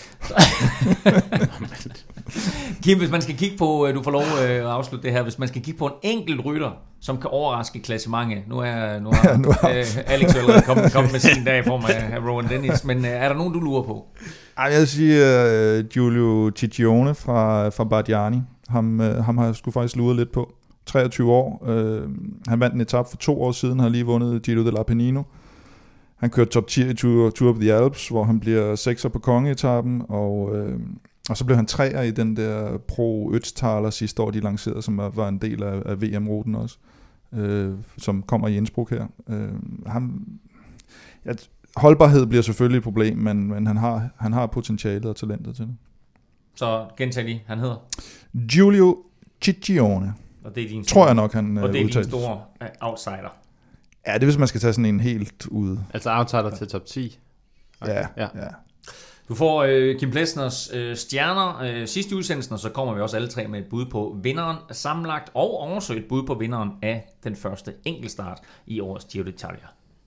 Kim, hvis man skal kigge på, du får lov at afslutte det her, hvis man skal kigge på en enkelt rytter, som kan overraske klassementet. Nu er, nu er, ja, nu er. Øh, Alex allerede kommet, kommet med sin dag i form af Rohan Dennis, men er der nogen, du lurer på? Ej, jeg vil sige uh, Giulio Ciccione fra, fra Bardiani. Ham, uh, ham har jeg sgu faktisk luret lidt på. treogtyve år. Uh, han vandt en etape for to år siden, har lige vundet Giro dell'Appennino. Han kørte top ti i Tour, Tour of the Alps, hvor han bliver sekser på kongeetappen, og, øh, og så blev han treer i den der Pro Ötztaler sidste år, de lancerede, som var, var en del af, af V M-ruten også, øh, som kommer i Innsbruck her. Øh, han, ja, holdbarhed bliver selvfølgelig et problem, men, men han, har, han har potentialet og talentet til det. Så gentag lige, han hedder? Giulio Ciccione. Og det er din tror jeg nok, han Og det er udtales. din store outsider. Ja, det er, hvis man skal tage sådan en helt ud. Altså outsider til top ti. Okay. Ja, ja. ja. Du får øh, Kim Plesners øh, stjerner øh, sidste udsendelsen, og så kommer vi også alle tre med et bud på vinderen sammenlagt, og også et bud på vinderen af den første enkeltstart i årets Giro d'Italia.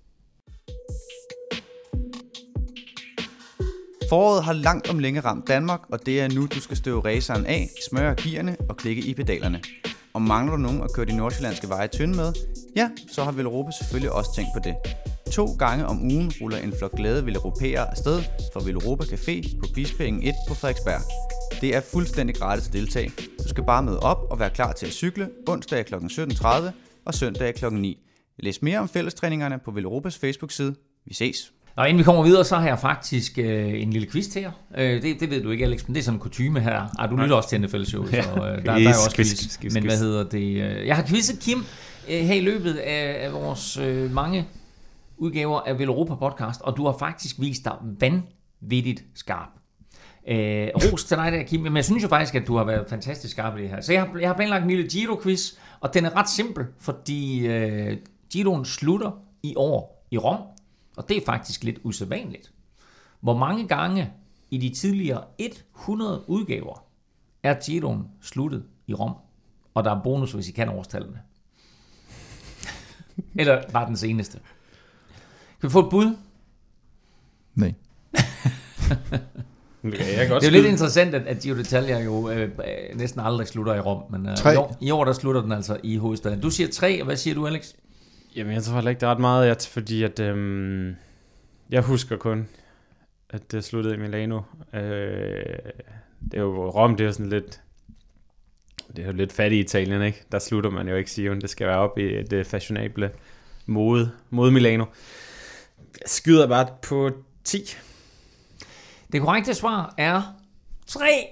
Foråret har langt om længe ramt Danmark, og det er nu, du skal støve raceren af, smøre gearne og klikke i pedalerne. Og mangler du nogen at køre de nordsjællandske veje tynde med? Ja, så har Velropa selvfølgelig også tænkt på det. To gange om ugen ruller en flok glade velropæere afsted fra Velropa Café på Bispeengen et på Frederiksberg. Det er fuldstændig gratis at deltage. Du skal bare møde op og være klar til at cykle onsdag klokken sytten tredive og søndag klokken ni. Læs mere om fællestræningerne på Velropas Facebook-side. Vi ses! Og inden vi kommer videre, så har jeg faktisk øh, en lille quiz til jer. Øh, det, det ved du ikke, Alex, men det er sådan en kutyme her. Ah, du lytter også til N F L-show, så øh, der, der er jo også quiz. quiz, quiz men hvad hedder det? Øh, jeg har quizzet Kim øh, her i løbet af, af vores øh, mange udgaver af Velropa podcast, og du har faktisk vist dig vanvittigt skarp. Øh, ros til dig der, Kim, men jeg synes jo faktisk, at du har været fantastisk skarp i det her. Så jeg har, jeg har planlagt en lille Giro-quiz, og den er ret simpel, fordi øh, Giroen slutter i år i Rom. Og det er faktisk lidt usædvanligt. Hvor mange gange i de tidligere hundrede udgaver er Giroen sluttet i Rom? Og der er bonus, hvis I kan årstallene. Eller bare den seneste. Kan vi få et bud? Nej. jeg godt det er jo lidt interessant, at, at Giro d'Italia jo øh, næsten aldrig slutter i Rom, men øh, i, år, i år der slutter den altså i hovedstaden. Du siger tre, og hvad siger du, Alex? Jamen, jeg tror heller ikke, det er ret meget, jeg, fordi at, øhm, jeg husker kun, at det sluttede i Milano. Øh, det er jo Rom, det er jo sådan lidt, det er jo lidt fattig Italien, ikke? Der slutter man jo ikke Giroen, det skal være op i det fashionable mode, mode Milano. Jeg skyder bare på ti. Det korrekte svar er tre.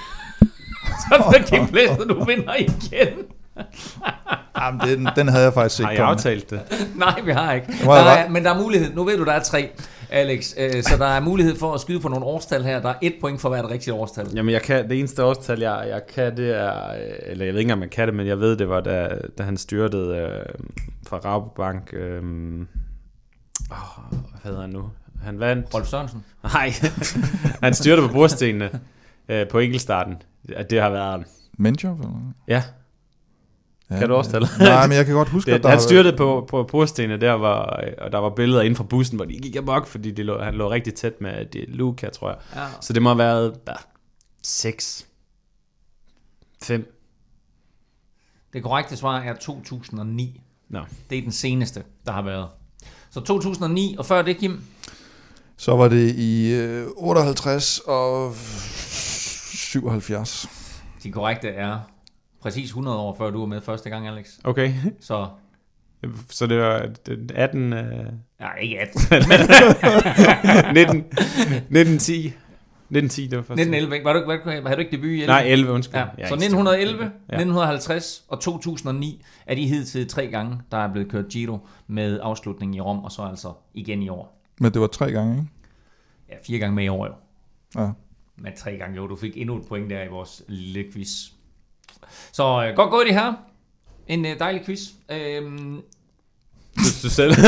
Så for Kim Plesner, du vinder igen. Jamen, den, den havde jeg faktisk ikke kommet. Har I aftalt det? Nej, vi har ikke. Der er, men der er mulighed. Nu ved du, der er tre, Alex. Øh, så der er mulighed for at skyde på nogle årstal her. Der er et point for hvert rigtigt årstal. Jamen, jeg kan, det eneste årstal, jeg, jeg kan, det er... Eller jeg ved ikke, om man kan det, men jeg ved, det var, da, da han styrtede øh, fra Rabobank. Øh, åh, hvad hedder han nu? Han vandt... Rolf Sørensen? Nej, han styrtede på bordstenene øh, på enkeltstarten. Det har været... Menchov? Ja. Ja, kan du også tale? Nej, men jeg kan godt huske, det, at der han har styrtede været... på, på bordstenene der, var, og der var billeder inden fra bussen, hvor de gik amok, fordi de lå, han lå rigtig tæt med det, Luca, tror jeg. Ja. Så det må have været seks, fem. Det korrekte svar er to tusind og ni. No. Det er den seneste, der har været. Så to tusind og ni, og før det, Kim? Så var det i øh, otteoghalvtreds og syvoghalvfjerds. De korrekte er præcis hundrede år, før du var med første gang, Alex. Okay. Så, så det var atten... Øh... Nej, ikke atten. nitten, nitten ti. nitten ti, det var første. nitten elleve, var du, var, havde du ikke debut i elleve? Nej, elleve, undskyld. Ja. Så nitten elleve, ja. nitten halvtreds og to tusind og ni er de hidtil tre gange, der er blevet kørt Giro med afslutningen i Rom, og så altså igen i år. Men det var tre gange, ikke? Ja, fire gange med i år jo. Ja. Men tre gange jo, du fik endnu et point der i vores lille quiz. Så øh, godt gået det her. En øh, dejlig quiz. Øhm... Synes du selv?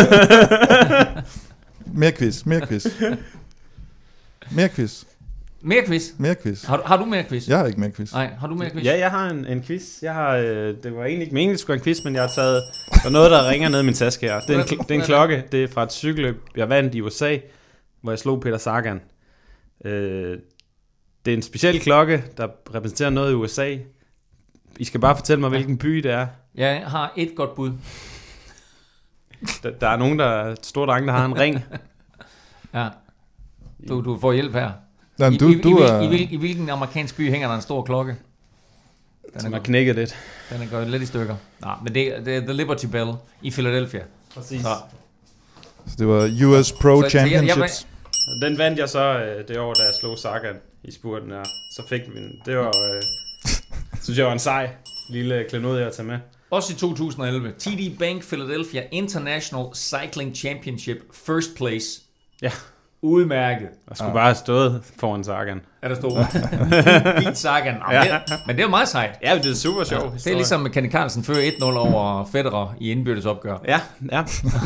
mere quiz, mere quiz. Mere quiz. Mere quiz? Mere quiz. Har du, har du mere quiz? Jeg har ikke mere quiz. Nej, har du mere quiz? Ja, jeg har en, en quiz. Jeg har, øh, det var egentlig ikke meningen, at skulle have en quiz, men jeg har taget... Der er noget, der ringer ned i min taske her. Det er en, kl- det er en klokke. Det er fra et cykelløb, jeg vandt i U S A, hvor jeg slog Peter Sagan. Øh, det er en speciel klokke, der repræsenterer noget i U S A. I skal bare fortælle mig, hvilken by det er. Jeg har et godt bud. Der, der er nogen, der store drenge, der har en ring. Ja. Du, du får hjælp her. Jamen, I, du, i, du i, er... i, hvil, I hvilken amerikansk by hænger der en stor klokke? Den Som er knækket lidt. Den er gået lidt i stykker. Nej, men det, det er The Liberty Bell i Philadelphia. Præcis. Så. Så det var U S Pro så, Championships. Så jeg, jeg, den vandt jeg så øh, det år, da jeg slog Sagan i spurten her. Så fik vi den. Det var, øh, synes jeg var en sej lille klenod at tage med. Også i to tusind og elleve. T D Bank Philadelphia International Cycling Championship First Place. Ja. Udmærket. Jeg skulle ja. bare have stået foran Sagan. Er der stod? Beat Sagan. Ja. Det, men det er jo meget sejt. Ja, det er super sjovt. Ja, det er ligesom med Kenny Carlsen fører et nul over Federer i indbyrdes opgør. Ja, ja.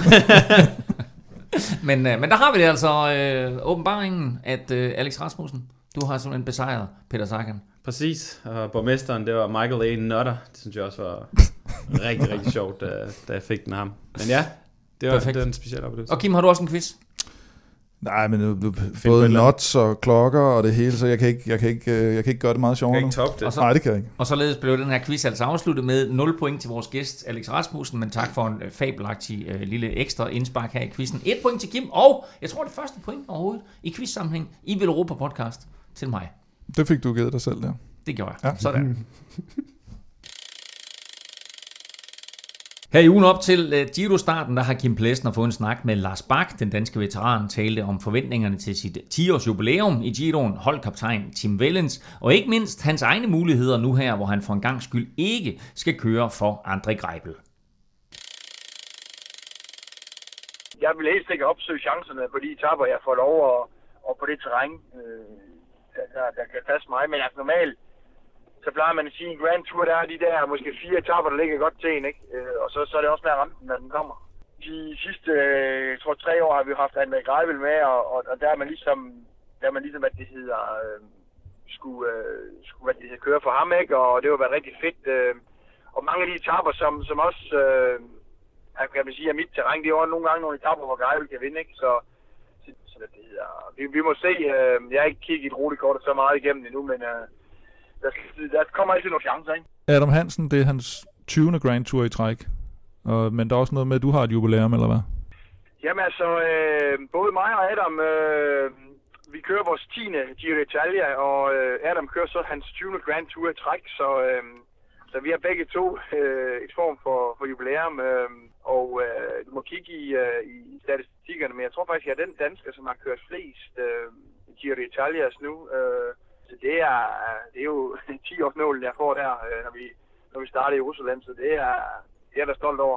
men, men der har vi det altså øh, åbenbaringen, at øh, Alex Rasmussen, du har simpelthen besejret Peter Sagan. Præcis, og borgmesteren, det var Michael A. Nutter. Det synes jeg også var rigtig, rigtig sjovt, da, da jeg fik den af ham. Men ja, det var, det var en speciel oplevelse. Og Kim, har du også en quiz? Nej, men nu, nu, både nuts og klokker og det hele, så jeg kan ikke, jeg kan ikke, jeg kan ikke gøre det meget sjovere nu. Kan ikke det? Så, Nej, det kan jeg ikke. Og således blev den her quiz altså afsluttet med nul point til vores gæst, Alex Rasmussen, men tak for en fabelagtig uh, lille ekstra indspark her i quizzen. Et point til Kim, og jeg tror det første point overhovedet i quiz-sammenhæng i Velropa podcast til mig. Det fik du givet dig selv der. Det gjorde jeg. Ja. Sådan. Her i ugen op til uh, Giro-starten, der har Kim Plesner fået en snak med Lars Bak. Den danske veteran talte om forventningerne til sit ti-års jubilæum i Giroen, holdkaptajn Tim Wellens, og ikke mindst hans egne muligheder nu her, hvor han for en gang skyld ikke skal køre for André Greipel. Jeg vil helt sikkert opsøge chancerne på de etaper, jeg får lov og, og på det terræn, øh, der, der kan passe mig. Men altså normalt, så plejer man at sige, en Grand Tour, der er de der måske fire etaper, der ligger godt til en, ikke? Øh, og så, så er det også med at ramme den, når den kommer. De sidste, jeg tror, tre år har vi haft André Greipel med, og, og, og der er man ligesom, der er man ligesom, hvad det hedder, øh, skulle, øh, skulle hvad det hedder, køre for ham, ikke? Og det har været rigtig fedt. Øh, og mange af de etaper, som, som også, øh, kan man sige, er mit terræn, det er også nogle gange nogle etaper, hvor Greipel kan vinde, ikke? Så, Så det hedder, vi, vi må se, øh, jeg har ikke kigget et rutekort så meget igennem endnu, men øh, der, der kommer altid nogle chancer, ikke? Adam Hansen, det er hans tyvende Grand Tour i træk, og, men der er også noget med, at du har et jubilæum, eller hvad? Jamen altså, øh, både mig og Adam, øh, vi kører vores tiende Giro d'Italia, og øh, Adam kører så hans tyvende Grand Tour i træk, så, øh, så vi har begge to øh, et form for, for jubilæum, øh, og øh, du må kigge i, øh, i statistikkerne, men jeg tror faktisk, at jeg er den dansker, som har kørt flest øh, Giro d'Italias nu, øh, så det er, det er jo ti års nålen, jeg får der, øh, når, vi, når vi starter i Jerusalem, så det er, det er jeg da stolt over.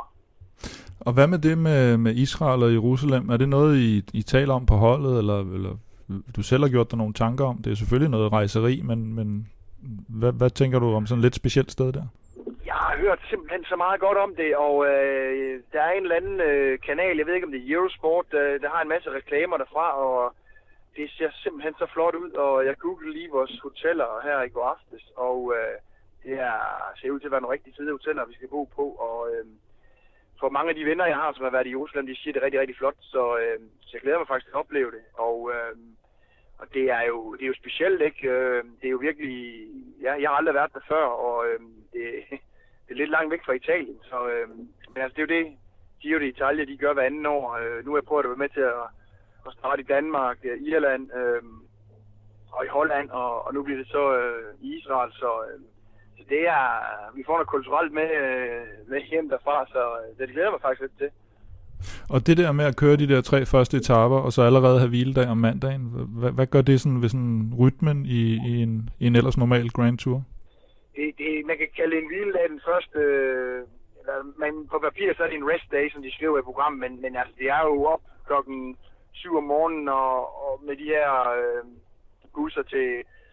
Og hvad med det med, med Israel og Jerusalem? Er det noget, I, I taler om på holdet, eller, eller du selv har gjort dig nogle tanker om? Det er selvfølgelig noget rejseri, men, men hvad, hvad tænker du om sådan et lidt specielt sted der? Jeg har hørt simpelthen så meget godt om det, og øh, der er en eller anden øh, kanal, jeg ved ikke om det er Eurosport, øh, der har en masse reklamer derfra, og det ser simpelthen så flot ud, og jeg googlede lige vores hoteller her i går aftes, og øh, det er, ser ud til at være nogle rigtig fede hoteller, vi skal bo på, og øh, for mange af de venner, jeg har, som har været i Jerusalem, de siger, det er rigtig, rigtig flot, så, øh, så jeg glæder mig faktisk til at opleve det. Og, øh, og det er jo det er jo specielt, ikke? Øh, det er jo virkelig... Ja, jeg har aldrig været der før, og øh, det, det er lidt langt væk fra Italien. Så, øh, men altså, det er jo det, Giro d'Italia, de gør hver anden år. Øh, nu har jeg prøvet at være med til at, at starte i Danmark, Irland øh, og i Holland, og, og nu bliver det så øh, i Israel, så... Øh, Så det er, vi får noget kulturelt med, med hjem derfra, så det glæder mig faktisk lidt til. Og det der med at køre de der tre første etaper, og så allerede have hviledag om mandagen, hvad, hvad gør det sådan ved sådan rytmen i, i, en, i en ellers normal Grand Tour? Det, det, man kan kalde det en hviledag den første, eller man, på papir så er det en rest day, som de skriver i programmet, men, men altså, det er jo op klokken syv om morgenen, og, og med de her øh, busser til...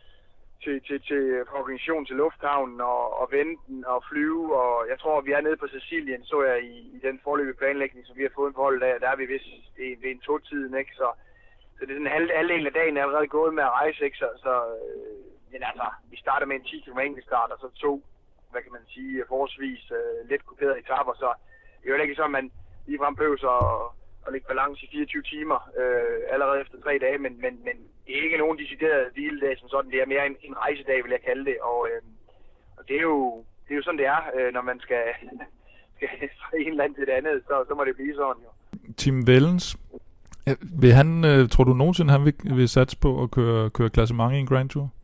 Til, til, til organisation til lufthavnen og, og venten og flyve, og jeg tror, vi er nede på Sicilien, så jeg i, i den forløbige planlægning, som vi har fået en forhold af, der er vi vist ved en to-tiden, ikke? Så, så det er sådan halv, halvdelen af dagen er allerede gået med at rejse, ikke? Så, så øh, men altså, vi starter med en ti kilometer enkeltstart, og så to, hvad kan man sige, forholdsvis øh, let kuperede etaper, så det er jo ikke sådan, man ligefrem behøver at, at lægge balance i fireogtyve timer øh, allerede efter tre dage, men, men, men det er ikke nogen decideret hviledag som sådan, det er mere en, en rejsedag, vil jeg kalde det, og, øh, og det, er jo, det er jo sådan, det er, øh, når man skal, skal fra en land til det andet, så, så må det blive sådan jo. Tim Wellens, vil han, øh, tror du nogensinde, han vil, vil satse på at køre, køre klassement i en Grand Tour?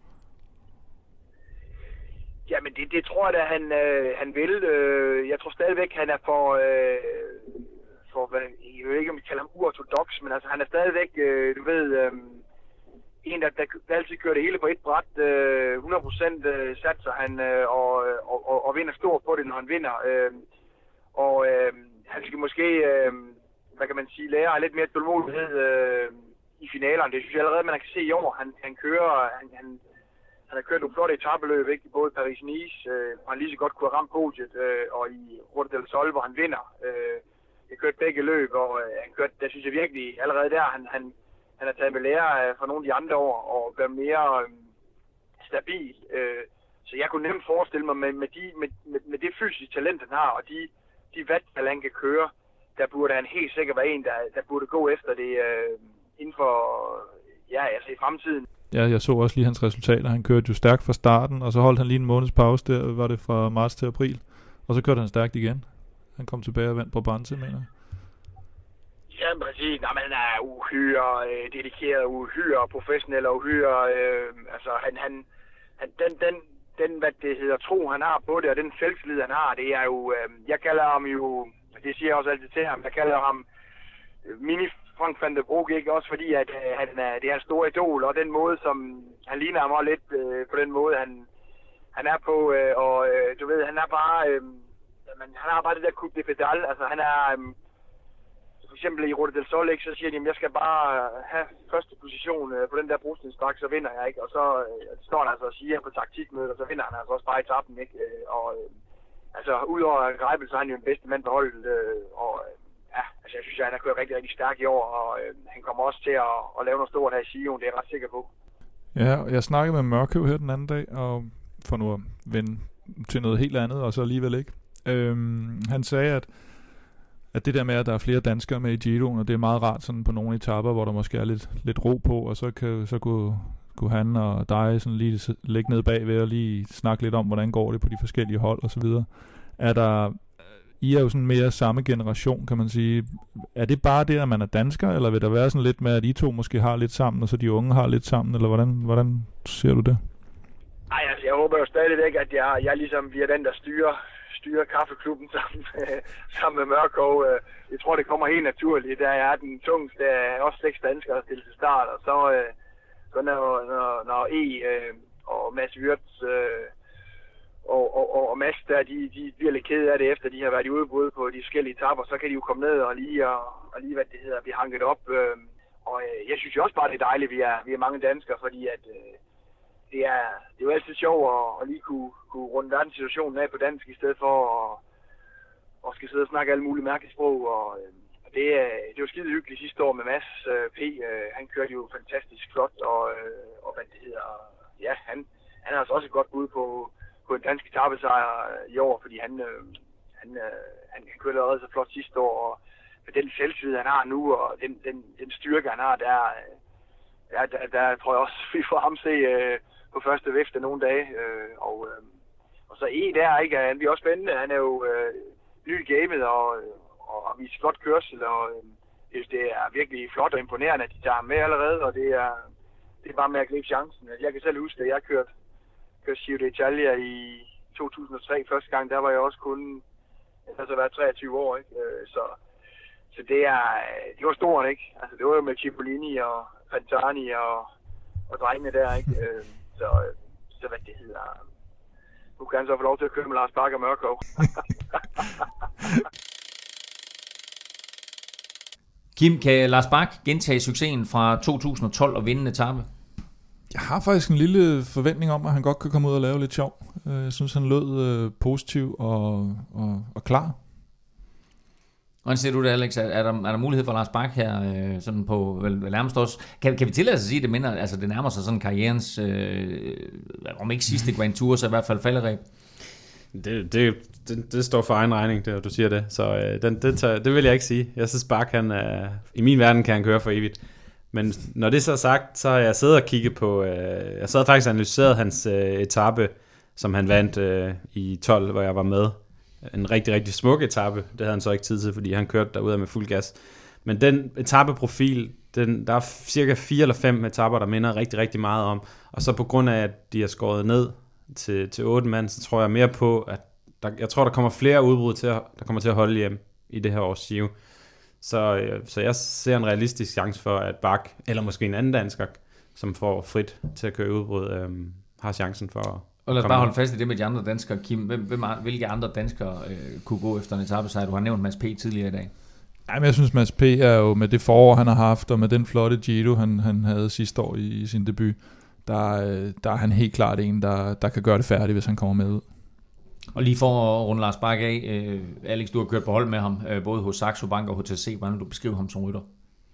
Jamen, det, det tror jeg da, han, øh, han vil. Øh, jeg tror stadigvæk, han er for... Øh, for hvad, jeg ved ikke, om vi kalder ham uortodox, men altså, han er stadigvæk, øh, du ved... Øh, en, der, der altid kører det hele på et bræt, øh, hundrede procent øh, satser han øh, og, og, og, og vinder stort på det, når han vinder. Øh, og øh, han skal måske, øh, hvad kan man sige, lære lidt mere tålmodighed øh, i finalerne. Det synes jeg allerede, man kan se i år. Han, han kører, han, han, han har kørt nogle flotte etapeløb, ikke? Både Paris-Nice, øh, hvor han lige så godt kunne have ramt podiet, øh, og i Ruta del Sol, hvor han vinder. Øh, jeg kørte begge løb, og øh, han kørte, der synes jeg virkelig, allerede der, han, han Han har taget med lære fra nogle af de andre år og været mere øh, stabil. Øh, så jeg kunne nemt forestille mig med, med, de, med, med, med det fysiske talent, han har, og de, de watt, han kan køre, der burde han helt sikkert være en, der, der burde gå efter det øh, inden for, ja, altså i fremtiden. Ja, jeg så også lige hans resultater. Han kørte jo stærkt fra starten, og så holdt han lige en måneds pause der, var det fra marts til april. Og så kørte han stærkt igen. Han kom tilbage og vandt på Brandse, mener jeg. Ja, præcis. Nej, men han er uhyre øh, dedikeret, uhyre professionel og uhyre... Øh, altså, han, han, han, den, den, den, hvad det hedder, tro, han har på det, og den selvtillid, han har, det er jo... Øh, jeg kalder ham jo... Det siger jeg også altid til ham. Jeg kalder ham mini Frank van der Broek, ikke? Også fordi, at øh, han, det er en stor idol, og den måde, som... Han ligner ham også lidt øh, på den måde, han, han er på. Øh, og øh, du ved, han er bare... Øh, man, han har bare det der coupe de pedal. Altså, han er... Øh, For eksempel i Ruta del Sol, ikke, så siger de, at jeg skal bare have første position på den der brugstidsstrak, så vinder jeg, ikke? Og så øh, står han altså og siger på taktikmødet, og så vinder han altså også bare etappen, ikke? Og øh, altså, udover Greibel, så er han jo den bedste mand på holdet, øh, og øh, ja, altså, jeg synes, at han har kørt rigtig, rigtig stærk i år, og øh, han kommer også til at, at lave noget stort her i Sion, det er jeg ret sikker på. Ja, jeg snakkede med Mørkøv her den anden dag, og for nu at vende til noget helt andet, og så alligevel ikke. Øhm, han sagde, at at det der med, at der er flere danskere med i Giroen, og det er meget rart sådan på nogle etaper, hvor der måske er lidt, lidt ro på, og så, kan, så kunne, kunne han og dig sådan lige lægge ned bagved og lige snakke lidt om, hvordan går det på de forskellige hold og så videre. Er der, I er jo sådan mere samme generation, kan man sige. Er det bare det, at man er dansker, eller vil der være sådan lidt med, at I to måske har lidt sammen, og så de unge har lidt sammen, eller hvordan, hvordan ser du det? Ej, altså jeg håber jo stadigvæk, at jeg, jeg ligesom bliver den, der styrer, styrer kaffeklubben sammen, sammen med Mørkov. Jeg tror, det kommer helt naturligt. Der er den tungeste, der er også seks danskere til til start, og så, så når, når, når E og Mads Wirtz og, og, og, og Mads der, de, de bliver lidt kede af det, efter de har været i udbrud på de forskellige etapper, så kan de jo komme ned og lige, og, og lige hvad det hedder, blive hanket op. Og jeg synes jo også bare, det er dejligt, at vi er, vi er mange danskere, fordi at det er, det er jo altid sjovt at, at lige kunne, kunne runde verdenssituationen af på dansk, i stedet for at og skal sidde og snakke alle mulige mærkelige sprog. Og, og det, det var skide hyggeligt sidste år med Mads P. Han kørte jo fantastisk flot, og, og hvad det hedder, ja, han, han har altså også et godt bud på, på en dansk etapesejr i år, fordi han, han, han, han kørte allerede så flot sidste år, og med den selvtillid, han har nu, og den, den, den styrke, han har, der, der, der, der tror jeg også, vi får ham se på første vifte nogle dage, øh, og, øh, og så E der, ikke, han bliver også spændende, han er jo øh, ny i gamet, og, og, og viser flot kørsel, og øh, det er virkelig flot og imponerende, at de tager ham med allerede, og det er, det er bare med at gribe chancen. Jeg kan selv huske, at jeg kørte, kørte Giro d'Italia i to tusind og tre første gang, der var jeg også kun, altså været treogtyve år, ikke, øh, så, så det er, det var stort, ikke, altså det var jo med Cipollini og Pantani og, og drengene der, ikke, øh, Så, så hvad det hedder. Nu kan han så få lov til at køre med Lars Bak og Mørkov. Kim, kan Lars Bak gentage succesen fra to tusind og tolv og vinde en etape? Jeg har faktisk en lille forventning om, at han godt kan komme ud og lave lidt sjov. Jeg synes, han lød positiv og, og, og klar. Hvordan ser du det, Alex? Er der, er der mulighed for Lars Bak her, øh, sådan på vel, vel nærmest også? Kan, kan vi tillade os at sige, at det minder, altså det nærmer sig sådan karrierens, øh, om ikke sidste Grand Tour, så i hvert fald falderæb? Det, det, det, det står for egen regning, det, du siger det. Så øh, den, det, tager, det vil jeg ikke sige. Jeg synes, Bak, han er, i min verden kan han køre for evigt. Men når det så er sagt, så har jeg siddet og kigget på, øh, jeg sad faktisk og analyseret hans øh, etape, som han vandt øh, i tolv, hvor jeg var med. En rigtig, rigtig smuk etape. Det havde han så ikke tid til, fordi han kørte derude med fuld gas. Men den etapeprofil, den, der er cirka fire eller fem etaper, der minder rigtig, rigtig meget om. Og så på grund af, at de har skåret ned til, til otte mand, så tror jeg mere på, at der, jeg tror, der kommer flere udbrud, til at, der kommer til at holde hjem i det her års Giro. Så, så jeg ser en realistisk chance for, at Bak, eller måske en anden dansker, som får frit til at køre udbrud, øhm, har chancen for at Og lad os bare holde fast i det med de andre danskere. Kim, hvem, hvem, hvilke andre danskere øh, kunne gå efter en etapesejr? Du har nævnt Mads P. tidligere i dag. Jamen, jeg synes, Mads P. er jo med det forår, han har haft, og med den flotte Giro, han, han havde sidste år i, i sin debut, der, der er han helt klart en, der, der kan gøre det færdigt, hvis han kommer med ud. Og lige for at runde Lars Bak af, øh, Alex, du har kørt på hold med ham, øh, både hos Saxo Bank og H T C. Hvordan vil du beskrive ham som rytter?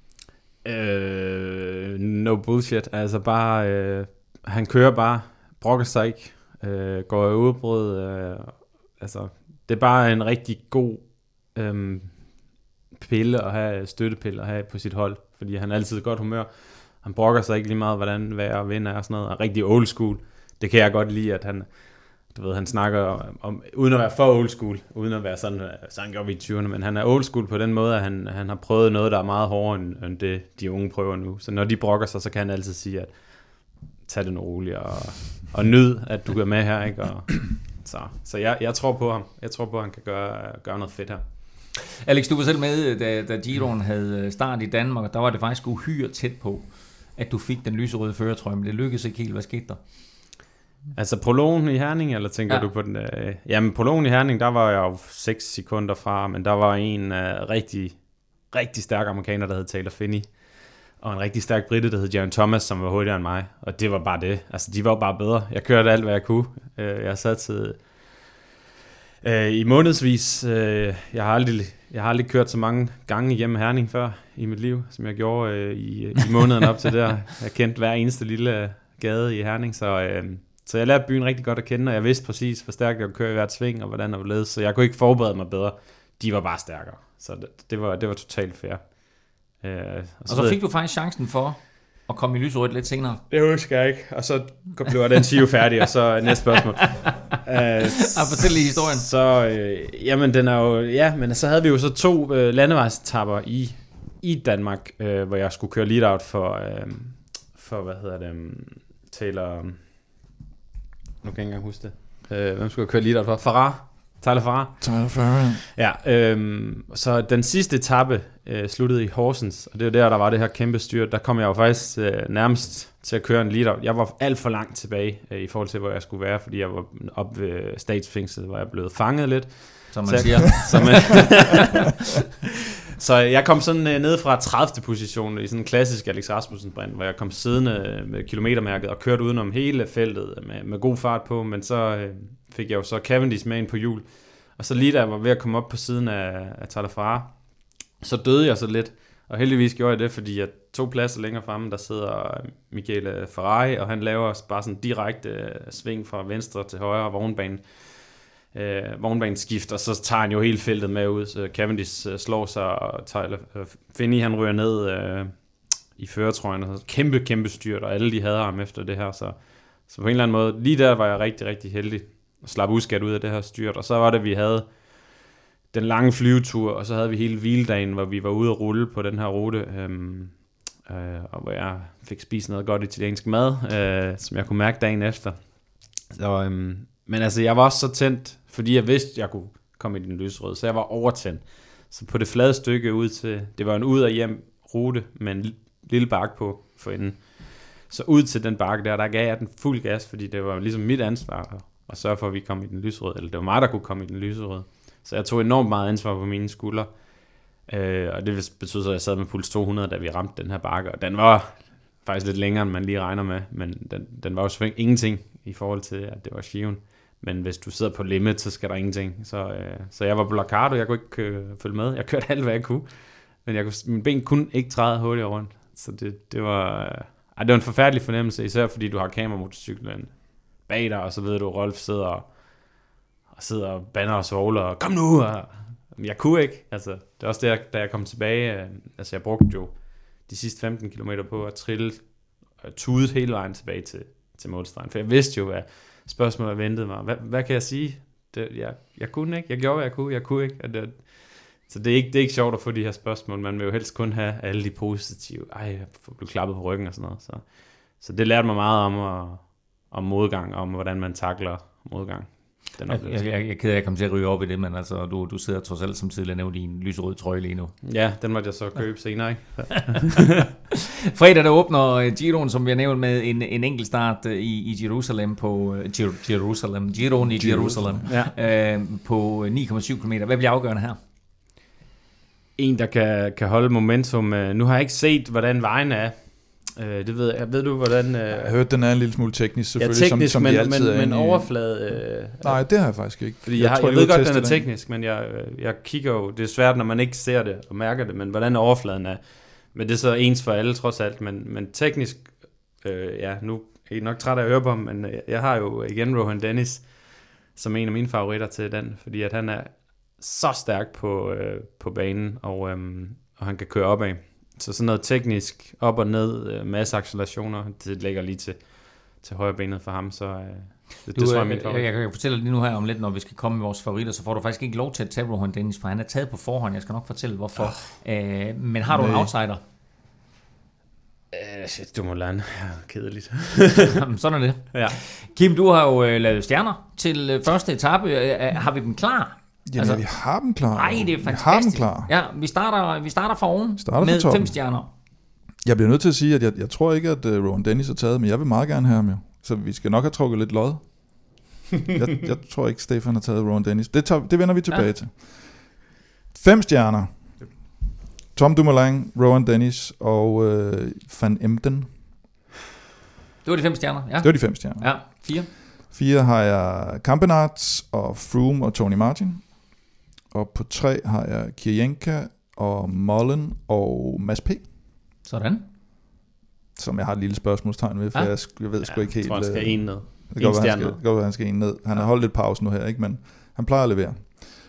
Øh, no bullshit. Altså bare, øh, han kører bare, brokker sig ikke, øh, går i udbrud. Øh, altså, det er bare en rigtig god øh, pille at have, støttepille at have på sit hold, fordi han er altid i godt humør. Han brokker sig ikke lige meget, hvordan vejr og vind er og sådan noget. Er rigtig old school. Det kan jeg godt lide, at han, du ved, han snakker om, om, uden at være for old school, uden at være sådan, sådan gjorde vi i tyverne, men han er old school på den måde, at han, han har prøvet noget, der er meget hårdere, end, end det, de unge prøver nu. Så når de brokker sig, så kan han altid sige, at tag den roligt og, og nyd, at du er med her, ikke? Og, så så jeg, jeg tror på ham. Jeg tror på, at han kan gøre, gøre noget fedt her. Alex, du var selv med, da, da Giroen havde start i Danmark, og der var det faktisk uhyre tæt på, at du fik den lyserøde førertrøje, men det lykkedes ikke helt. Hvad skete der? Altså prologen i Herning, eller tænker ja. du på den? Øh, jamen prologen i Herning, der var jeg jo seks sekunder fra, men der var en uh, rigtig, rigtig stærk amerikaner, der hed Taylor Finney, og en rigtig stærk brite, der hed Jaron Thomas, som var hurtigere end mig, og det var bare det. Altså de var jo bare bedre. Jeg kørte alt, hvad jeg kunne. Uh, jeg sad til uh, i månedsvis. Uh, jeg har aldrig, jeg har aldrig kørt så mange gange igennem Herning før i mit liv, som jeg gjorde uh, i, i måneden op til der. Jeg kendte hver eneste lille gade i Herning, så uh, Så jeg lærte byen rigtig godt at kende, og jeg vidste præcis, hvor stærkt jeg kunne køre i hvert sving, og hvordan jeg var ledet, så jeg kunne ikke forberede mig bedre. de var bare stærkere. Så det, det, var, det var totalt fair. Øh, og, og så, så fik du faktisk chancen for at komme i lyserødt lidt senere. Det husker jeg ikke. Og så blev den Giro færdig, og så næste spørgsmål. uh, fortæl lige historien. Så, øh, jamen den er jo, ja, men så havde vi jo så to øh, landevejsetapper i, i Danmark, øh, hvor jeg skulle køre lead-out for, øh, for hvad hedder det, um, Taylor, um, nu kan jeg ikke engang huske det. Øh, hvem skulle jeg køre lead-out for? Farrar. Tyler Farrar. Tyler Farrar. Ja, øhm, så den sidste etape øh, sluttede i Horsens, og det var der, der var det her kæmpe styrt. Der kom jeg jo faktisk øh, nærmest til at køre en lead-out. Jeg var alt for langt tilbage øh, i forhold til, hvor jeg skulle være, fordi jeg var op ved statsfængslet, hvor jeg blev fanget lidt. Som man så siger. Så, man, så jeg kom sådan øh, ned fra tredivte position i sådan en klassisk Alex Rasmussen-sprint, hvor jeg kom siddende med kilometermærket og kørte udenom hele feltet med, med god fart på, men så øh, fik jeg jo så Cavendish med ind på hjul. Og så lige da jeg var ved at komme op på siden af, af Tyler Farrar, så døde jeg så lidt. Og heldigvis gjorde jeg det, fordi jeg to pladser længere fremme, der sidder Michele Ferrari, og han laver bare sådan direkte sving fra venstre til højre vognbanen. Øh, vognbaneskift, og så tager han jo hele feltet med ud. Så Cavendish øh, slår sig, og Tyler øh, Finney, han ryger ned øh, i førertrøjen, og så kæmpe, kæmpe styrt, og alle de hader ham efter det her. Så, så på en eller anden måde, lige der var jeg rigtig, rigtig heldig og slap uskadt ud af det her styrt. Og så var det, vi havde den lange flyvetur, og så havde vi hele hviledagen, hvor vi var ude at rulle på den her rute, øhm, øh, og hvor jeg fik spist noget godt italiensk mad, øh, som jeg kunne mærke dagen efter. Så, øhm, men altså, jeg var også så tændt, fordi jeg vidste, jeg kunne komme i den lysrøde, så jeg var overtændt. Så på det flade stykke ud til, det var en ud- og hjem rute med en lille bakke på for enden. Så ud til den bakke der, der gav jeg den fuld gas, fordi det var ligesom mit ansvar at sørge for, at vi kom i den lysrøde, eller det var mig, der kunne komme i den lysrøde. Så jeg tog enormt meget ansvar på mine skuldre, øh, og det betød så, at jeg sad med puls to hundrede, da vi ramte den her bakke, og den var faktisk lidt længere, end man lige regner med, men den, den var jo selvfølgelig ingenting i forhold til, at det var Giroen. Men hvis du sidder på limit, så skal der ingenting. Så, øh, så jeg var på Lacado, jeg kunne ikke øh, følge med. Jeg kørte alt, hvad jeg kunne, men jeg kunne, min ben kunne ikke træde hurtigt rundt. Så det, det, var, øh, det var en forfærdelig fornemmelse, især fordi du har kameramotorcyklen bag dig, og så ved du, at Rolf sidder og, og sidder og bander og svogler, og kom nu! Og, jeg kunne ikke. Altså, det er også der, da jeg kom tilbage, øh, altså jeg brugte jo de sidste femten kilometer på at trille og tude hele vejen tilbage til, til målstregen. For jeg vidste jo, hvad spørgsmålet ventede mig. Hvad, hvad kan jeg sige? Det, jeg, jeg kunne ikke. Jeg gjorde, hvad jeg kunne. Jeg kunne ikke. Det, så det er, ikke, det er ikke sjovt at få de her spørgsmål. Man vil jo helst kun have alle de positive. Ej, jeg blev klappet på ryggen og sådan noget. Så, så det lærte mig meget om, at, om modgang, om hvordan man takler modgang. Den jeg, jeg, jeg er ked af, at jeg kom til at ryge op i det, men altså, du, du sidder trods alt som tidligere nævnt i en lyserød trøje lige nu. Ja, den måtte jeg så købe senere, ikke? Fredag, der åbner Giroen, som vi har nævnt, med en, en enkelt start i, i Jerusalem på Jer- Jerusalem, Giroen i Jerusalem, ja. øh, på ni komma syv kilometer. Hvad bliver afgørende her? En, der kan, kan holde momentum. Nu har jeg ikke set, hvordan vejen er. Øh, det ved jeg. Ved du, hvordan... Øh... Jeg har hørt, den er en lille smule teknisk, selvfølgelig, ja, teknisk, som, som men, de altid men, er men overflade... Øh, nej, det har jeg faktisk ikke. Fordi jeg, jeg, har, tror, jeg, jeg ved godt, den er teknisk, men jeg, jeg kigger jo... Det er svært, når man ikke ser det og mærker det, men hvordan overfladen er. Men det er så ens for alle, trods alt. Men, men teknisk... Øh, ja, nu er I nok træt af at høre på ham, men jeg har jo igen Rohan Dennis som en af mine favoritter til den, fordi at han er så stærk på, øh, på banen, og, øh, og han kan køre opad. Så sådan noget teknisk op og ned, masse accelerationer, det ligger lige til, til højre benet for ham, så øh, det, du, det tror jeg er min favorit. Jeg, jeg kan fortælle lige nu her om lidt, når vi skal komme med vores favoritter, så får du faktisk ikke lov til at tage Rohan Dennis, for han er taget på forhånd. Jeg skal nok fortælle, hvorfor. Oh. Øh, men har du en outsider? Øh, shit, du må lande. Ja, kedeligt. Sådan er det. Ja. Kim, du har jo øh, lavet stjerner til øh, første etape. Øh, har vi dem klar? Ja, altså, vi har dem klar. Nej, det er fantastisk. Vi har dem klar. Ja, vi starter, vi starter fra oven starter med fem stjerner. Jeg bliver nødt til at sige, at jeg, jeg tror ikke, at uh, Rohan Dennis er taget, men jeg vil meget gerne have ham jo. Så vi skal nok have trukket lidt lod. jeg, jeg tror ikke, Stefan har taget Rohan Dennis. Det, tager, det vender vi tilbage ja. til. Fem stjerner. Tom Dumoulin, Rohan Dennis og uh, Van Emden. Det var de fem stjerner, ja. Det var de fem stjerner. Ja, fire. Fire har jeg Campenaerts og Froome og Tony Martin. Og på tre har jeg Kirjenka og Mullen og Mads P. Sådan. Som jeg har et lille spørgsmålstegn ved, for ja. jeg, jeg ved sgu ja, ikke helt... Jeg tror, han skal en ned. Det går, han skal, det går, han skal en ned. Han ja. har holdt lidt pause nu her, ikke? Men han plejer at levere.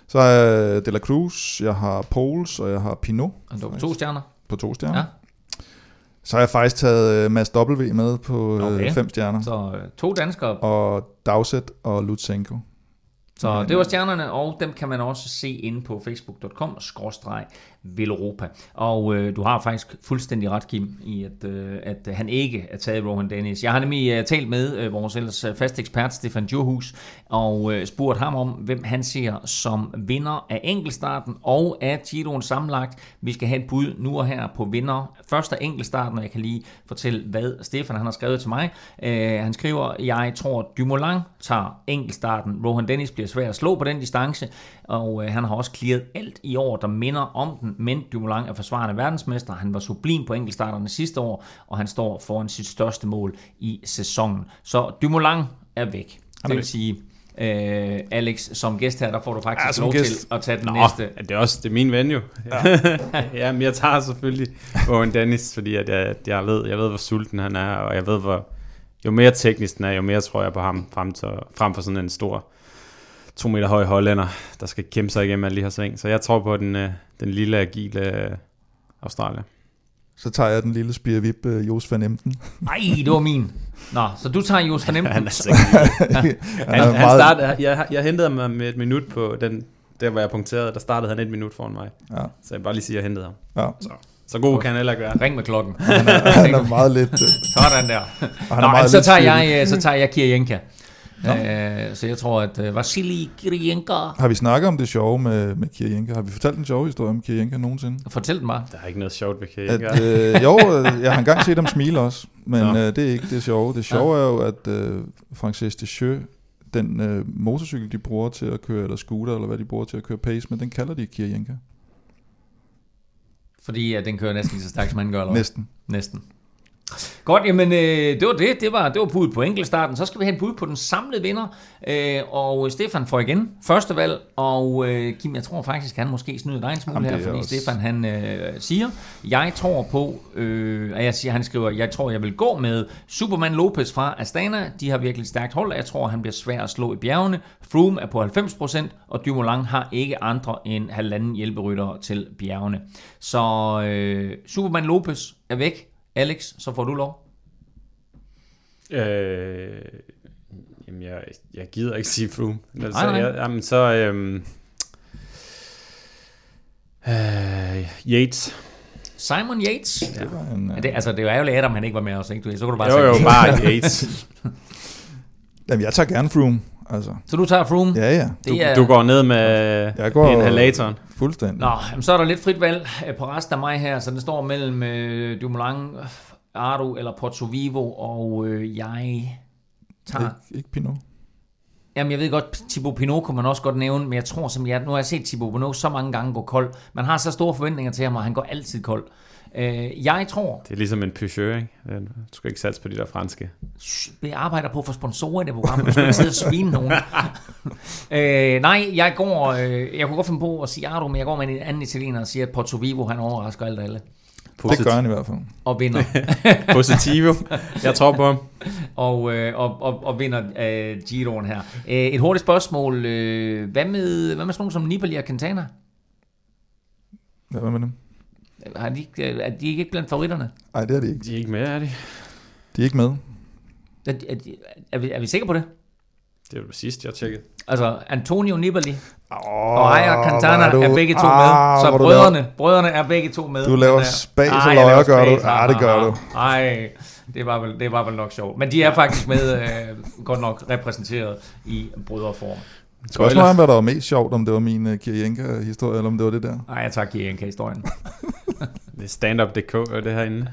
Så har jeg De La Cruz, jeg har Poles, og jeg har Pinot. Og du har to stjerner? På to stjerner. Ja. Så har jeg faktisk taget Mads W med på Okay. fem stjerner. Så øh, to danskere. Og Dowsett og Lutsenko. Så det var stjernerne, og dem kan man også se inde på facebook punktum com skråstreg Villeuropa. Og øh, du har faktisk fuldstændig ret, Kim, i at, øh, at han ikke er taget Rohan Dennis. Jeg har nemlig øh, talt med øh, vores ellers faste ekspert, Stefan Djurhus, og øh, spurgt ham om, hvem han ser som vinder af enkeltstarten og af Giroen sammenlagt. Vi skal have et bud nu og her på vinder. Først af enkeltstarten, og jeg kan lige fortælle, hvad Stefan han har skrevet til mig. Øh, han skriver, jeg tror, Dumoulin tager enkeltstarten. Rohan Dennis bliver svær at slå på den distance, og øh, han har også clearet alt i år, der minder om den, men Dumoulin er forsvarende verdensmester. Han var sublim på enkeltstarterne sidste år, og han står foran sit største mål i sæsonen. Så Dumoulin er væk. Det vil sige, øh, Alex, som gæst her, der får du faktisk ja, lov gæst. til at tage den Nå, næste. det er også det er min ven jo. Ja. Ja, men jeg tager selvfølgelig Rohan Dennis, fordi at jeg, jeg, ved, jeg ved, hvor sulten han er, og jeg ved, hvor jo mere teknisk den er, jo mere tror jeg på ham, frem, til, frem for sådan en stor to meter høj hollænder, der skal kæmpe sig igennem alle de her sving. Så jeg tror på den, den lille, agile Australier. Så tager jeg den lille spirvip, uh, Jos van Emden. Nej, det var min. Nå, så du tager Jos van Emden. Han er sikkert. han, han, han startede, jeg, jeg hentede ham med et minut på den, der hvor jeg punkterede, der startede han et minut foran mig. Ja. Så jeg bare lige sige, at jeg hentede ham. Ja. Så, så god kan han heller ikke være. Ring med klokken. Han er, han er meget lidt. Uh... Sådan der. Han Nå, meget så, tager jeg, så tager jeg Kirienka. Ja. Øh, så jeg tror, at uh, Vasili Kirienka... Har vi snakket om det sjove med, med Kirienka? Har vi fortalt en sjov historie om Kirienka nogensinde? Fortæl den bare. Der er ikke noget sjovt ved Kirienka. At, øh, jo, jeg har engang set dem smile også, men øh, det er ikke det sjove. Det sjove ja. er jo, at øh, Frances Deschaux, den øh, motorcykel, de bruger til at køre, eller scooter, eller hvad de bruger til at køre pace med, den kalder de Kirienka. Fordi at den kører næsten lige så stærkt, som han gør, eller? Næsten. Næsten. Godt, jamen øh, det var det. Det var, det var budet på enkeltstarten. Så skal vi have et bud på den samlede vinder. Øh, og Stefan får igen første valg. Og øh, Kim, jeg tror faktisk, han måske snyder dig en smule jamen, her, fordi også... Stefan han øh, siger, jeg tror på, øh, jeg siger, han skriver, jeg tror, jeg vil gå med Superman Lopez fra Astana. De har virkelig stærkt hold, og jeg tror, han bliver svær at slå i bjergene. Froome er på halvfems procent, og Dumoulin har ikke andre end halvanden hjælperyttere til bjergene. Så øh, Superman Lopez er væk. Alex, så får du lov. Øh, jamen, jeg, jeg gider ikke sige Froome. Altså, nej, nej. Jeg, jamen, så... Øhm, øh, Yates. Simon Yates? Ja. Det var en, uh... det, altså, det er jo ærgerligt, at han ikke var med os, ikke? Så kunne du bare jo, sige jo, jo, bare Yates. Jamen, jeg tager gerne Froome. Altså. Så du tager Froome? Ja, ja. Du, er... du går ned med jeg går inhalatoren? Fuldstændig. Nå, jamen, så er der lidt frit valg på resten af mig her, så den står mellem øh, Dumoulin, Ardo eller Porto Vivo, og øh, jeg tager... Ik- ikke Pinot. Jamen, jeg ved godt, Thibaut Pinot kunne man også godt nævne, men jeg tror simpelthen, nu har jeg set Thibaut Pinot så mange gange gå kold. Man har så store forventninger til ham, og han går altid kold. Øh, jeg tror... Det er ligesom en Peugeot, ikke? Du skal ikke satse på de der franske. Jeg arbejder på at få sponsorer i det program. Du skal ikke sidde og svine nogen. øh, nej, jeg går... Øh, jeg kunne godt finde på at sige Ardo, men jeg går med en anden italiener og siger, at Porto Vivo, han overrasker alt alle. Posit- det gør han i hvert fald. Og vinder. Positivo. Jeg tror på ham. og, øh, og, og, og vinder øh, Giroen her. Øh, et hurtigt spørgsmål. Øh, hvad, med, hvad med sådan nogen som Nibali og Quintana? Hvad med dem? Har de, er de ikke blandt favoritterne? Nej, det er de ikke. De er ikke med, er de? De er ikke med. Er, er, er, vi, er vi sikre på det? Det var det sidste, jeg tjekkede. Altså, Antonio Nibali oh, og Aya Quintana du, er begge to ah, med. Så brødrene, brødrene er begge to med. Du laver spas og løjer, gør du? Ja, det gør du. Nej, det var vel, det var vel nok sjovt. Men de er faktisk med, øh, godt nok repræsenteret i brødreform. Spørgsmålet om, hvad der var mest sjovt, om det var min uh, Kirienka-historie, eller om det var det der. Nej, jeg tager Kirienka-historien. Det er standup punktum d k og det herinde.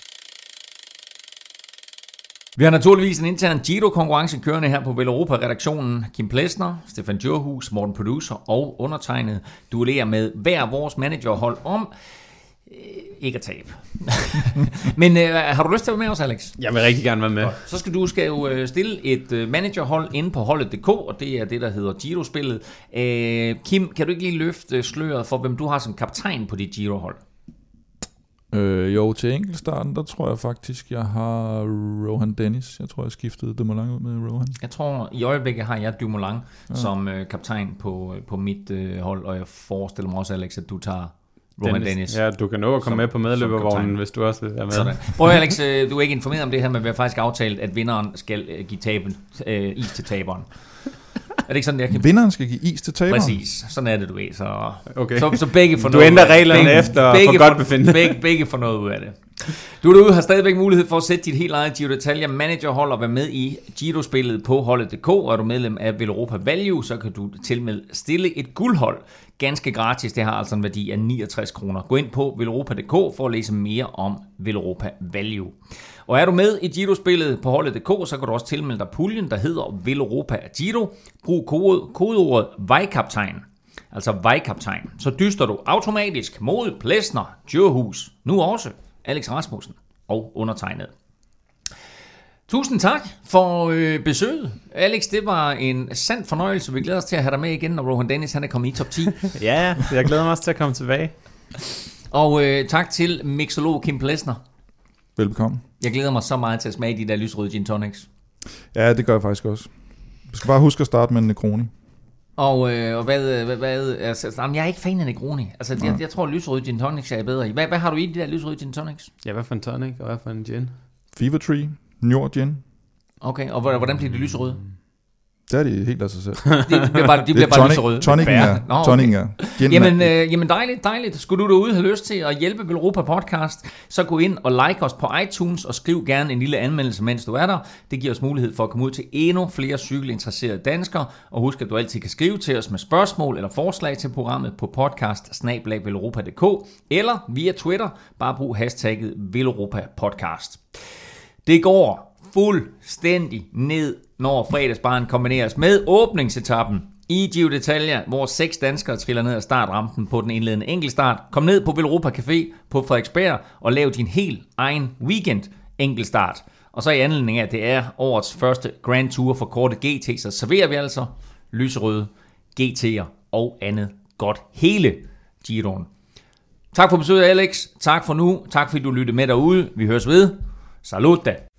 Vi har naturligvis en intern Giro-konkurrence kørende her på Villeuropa-redaktionen. Kim Plesner, Stefan Djurhus, Morten Producer og undertegnet duellerer med hver vores managerhold om øh, ikke at tabe. Men øh, har du lyst til at være med os, Alex? Jeg vil rigtig gerne være med. Så skal du skal jo stille et øh, managerhold inde på holdet punktum d k, og det er det, der hedder Giro-spillet. Øh, Kim, kan du ikke lige løfte sløret for, hvem du har som kaptajn på dit Giro-hold? Øh, jo, til enkeltstarten, der tror jeg faktisk, jeg har Rohan Dennis. Jeg tror, jeg skiftede Dumoulin ud med Rohan. Jeg tror, i øjeblikket har jeg Dumoulin ja. som øh, kaptajn på, på mit øh, hold, og jeg forestiller mig også, Alex, at du tager Rohan Dennis. Dennis. Ja, du kan nå at komme som, med på medløbervognen, hvis du også vil være med. Sådan. Prøv at Alex, du er ikke informeret om det her, men vi har faktisk aftalt, at vinderen skal øh, give taben, øh, is til taberen. Er det ikke sådan, jeg kan... Vinderen skal give is til taberen? Præcis, sådan er det, du ved. Så, okay. så, så begge får du noget ændrer reglerne begge, efter begge for godt befindende. Begge, begge får noget ud af det. Du derude har stadigvæk mulighed for at sætte dit helt eget Giro d'Italia managerhold og være med i Giro-spillet på holdet punktum d k, og er du medlem af Veloropa Value, så kan du tilmed stille et guldhold ganske gratis. Det har altså en værdi af niogtres kroner. Gå ind på veloropa punktum d k for at læse mere om Veloropa Value. Og er du med i Giro-spillet på holdet punktum d k, så kan du også tilmelde dig puljen, der hedder Veloropa Giro. Brug kode, kodeordet vejkaptajn, altså vejkaptajn. Så dyster du automatisk mod Plesner, Djurhus, nu også Alex Rasmussen og undertegnet. Tusind tak for øh, besøget. Alex, det var en sand fornøjelse. Vi glæder os til at have dig med igen, når Rohan Dennis han er kommet i top ti. Ja, jeg glæder mig også til at komme tilbage. Og øh, tak til mixolog Kim Plesner. Velbekomme. Jeg glæder mig så meget til at smage de der lysrøde gin tonics. Ja, det gør jeg faktisk også. Du skal bare huske at starte med en Negroni. Og, øh, og hvad, hvad, hvad altså, jamen, jeg er ikke fan af Negroni. Altså, jeg, jeg tror, at lysrøde gin tonics er bedre i. Hvad, hvad har du i de der lysrøde gin tonics? Ja, hvad for en tonic, og hvad for en gin? Fever Tree, Njord Gin. Okay, og hvordan bliver det lysrøde? Det er de helt af sig selv. De, de bliver bare, de bliver bare tonic, lyserøde. Tonicen er. Nå, okay. Tonicen er. Jamen, øh, jamen dejligt, dejligt. Skulle du derude have lyst til at hjælpe Veloropa Podcast, så gå ind og like os på iTunes og skriv gerne en lille anmeldelse, mens du er der. Det giver os mulighed for at komme ud til endnu flere cykelinteresserede danskere. Og husk, at du altid kan skrive til os med spørgsmål eller forslag til programmet på podcast snabel-a veloropa punktum d k eller via Twitter. Bare brug hashtagget Veloropa Podcast. Det går fuldstændig ned, når fredagsbaren kombineres med åbningsetappen i Giro d'Italia, hvor seks danskere triller ned ad startrampen på den indledende enkeltstart. Kom ned på Veloropa Café på Frederiksberg og lav din helt egen weekend enkeltstart. Og så i anledning af, at det er årets første Grand Tour for korte G T, så serverer vi altså lyserøde G T'er og andet godt hele Giroen. Tak for besøget, Alex. Tak for nu. Tak fordi du lyttede med derude. Vi høres ved. Salute!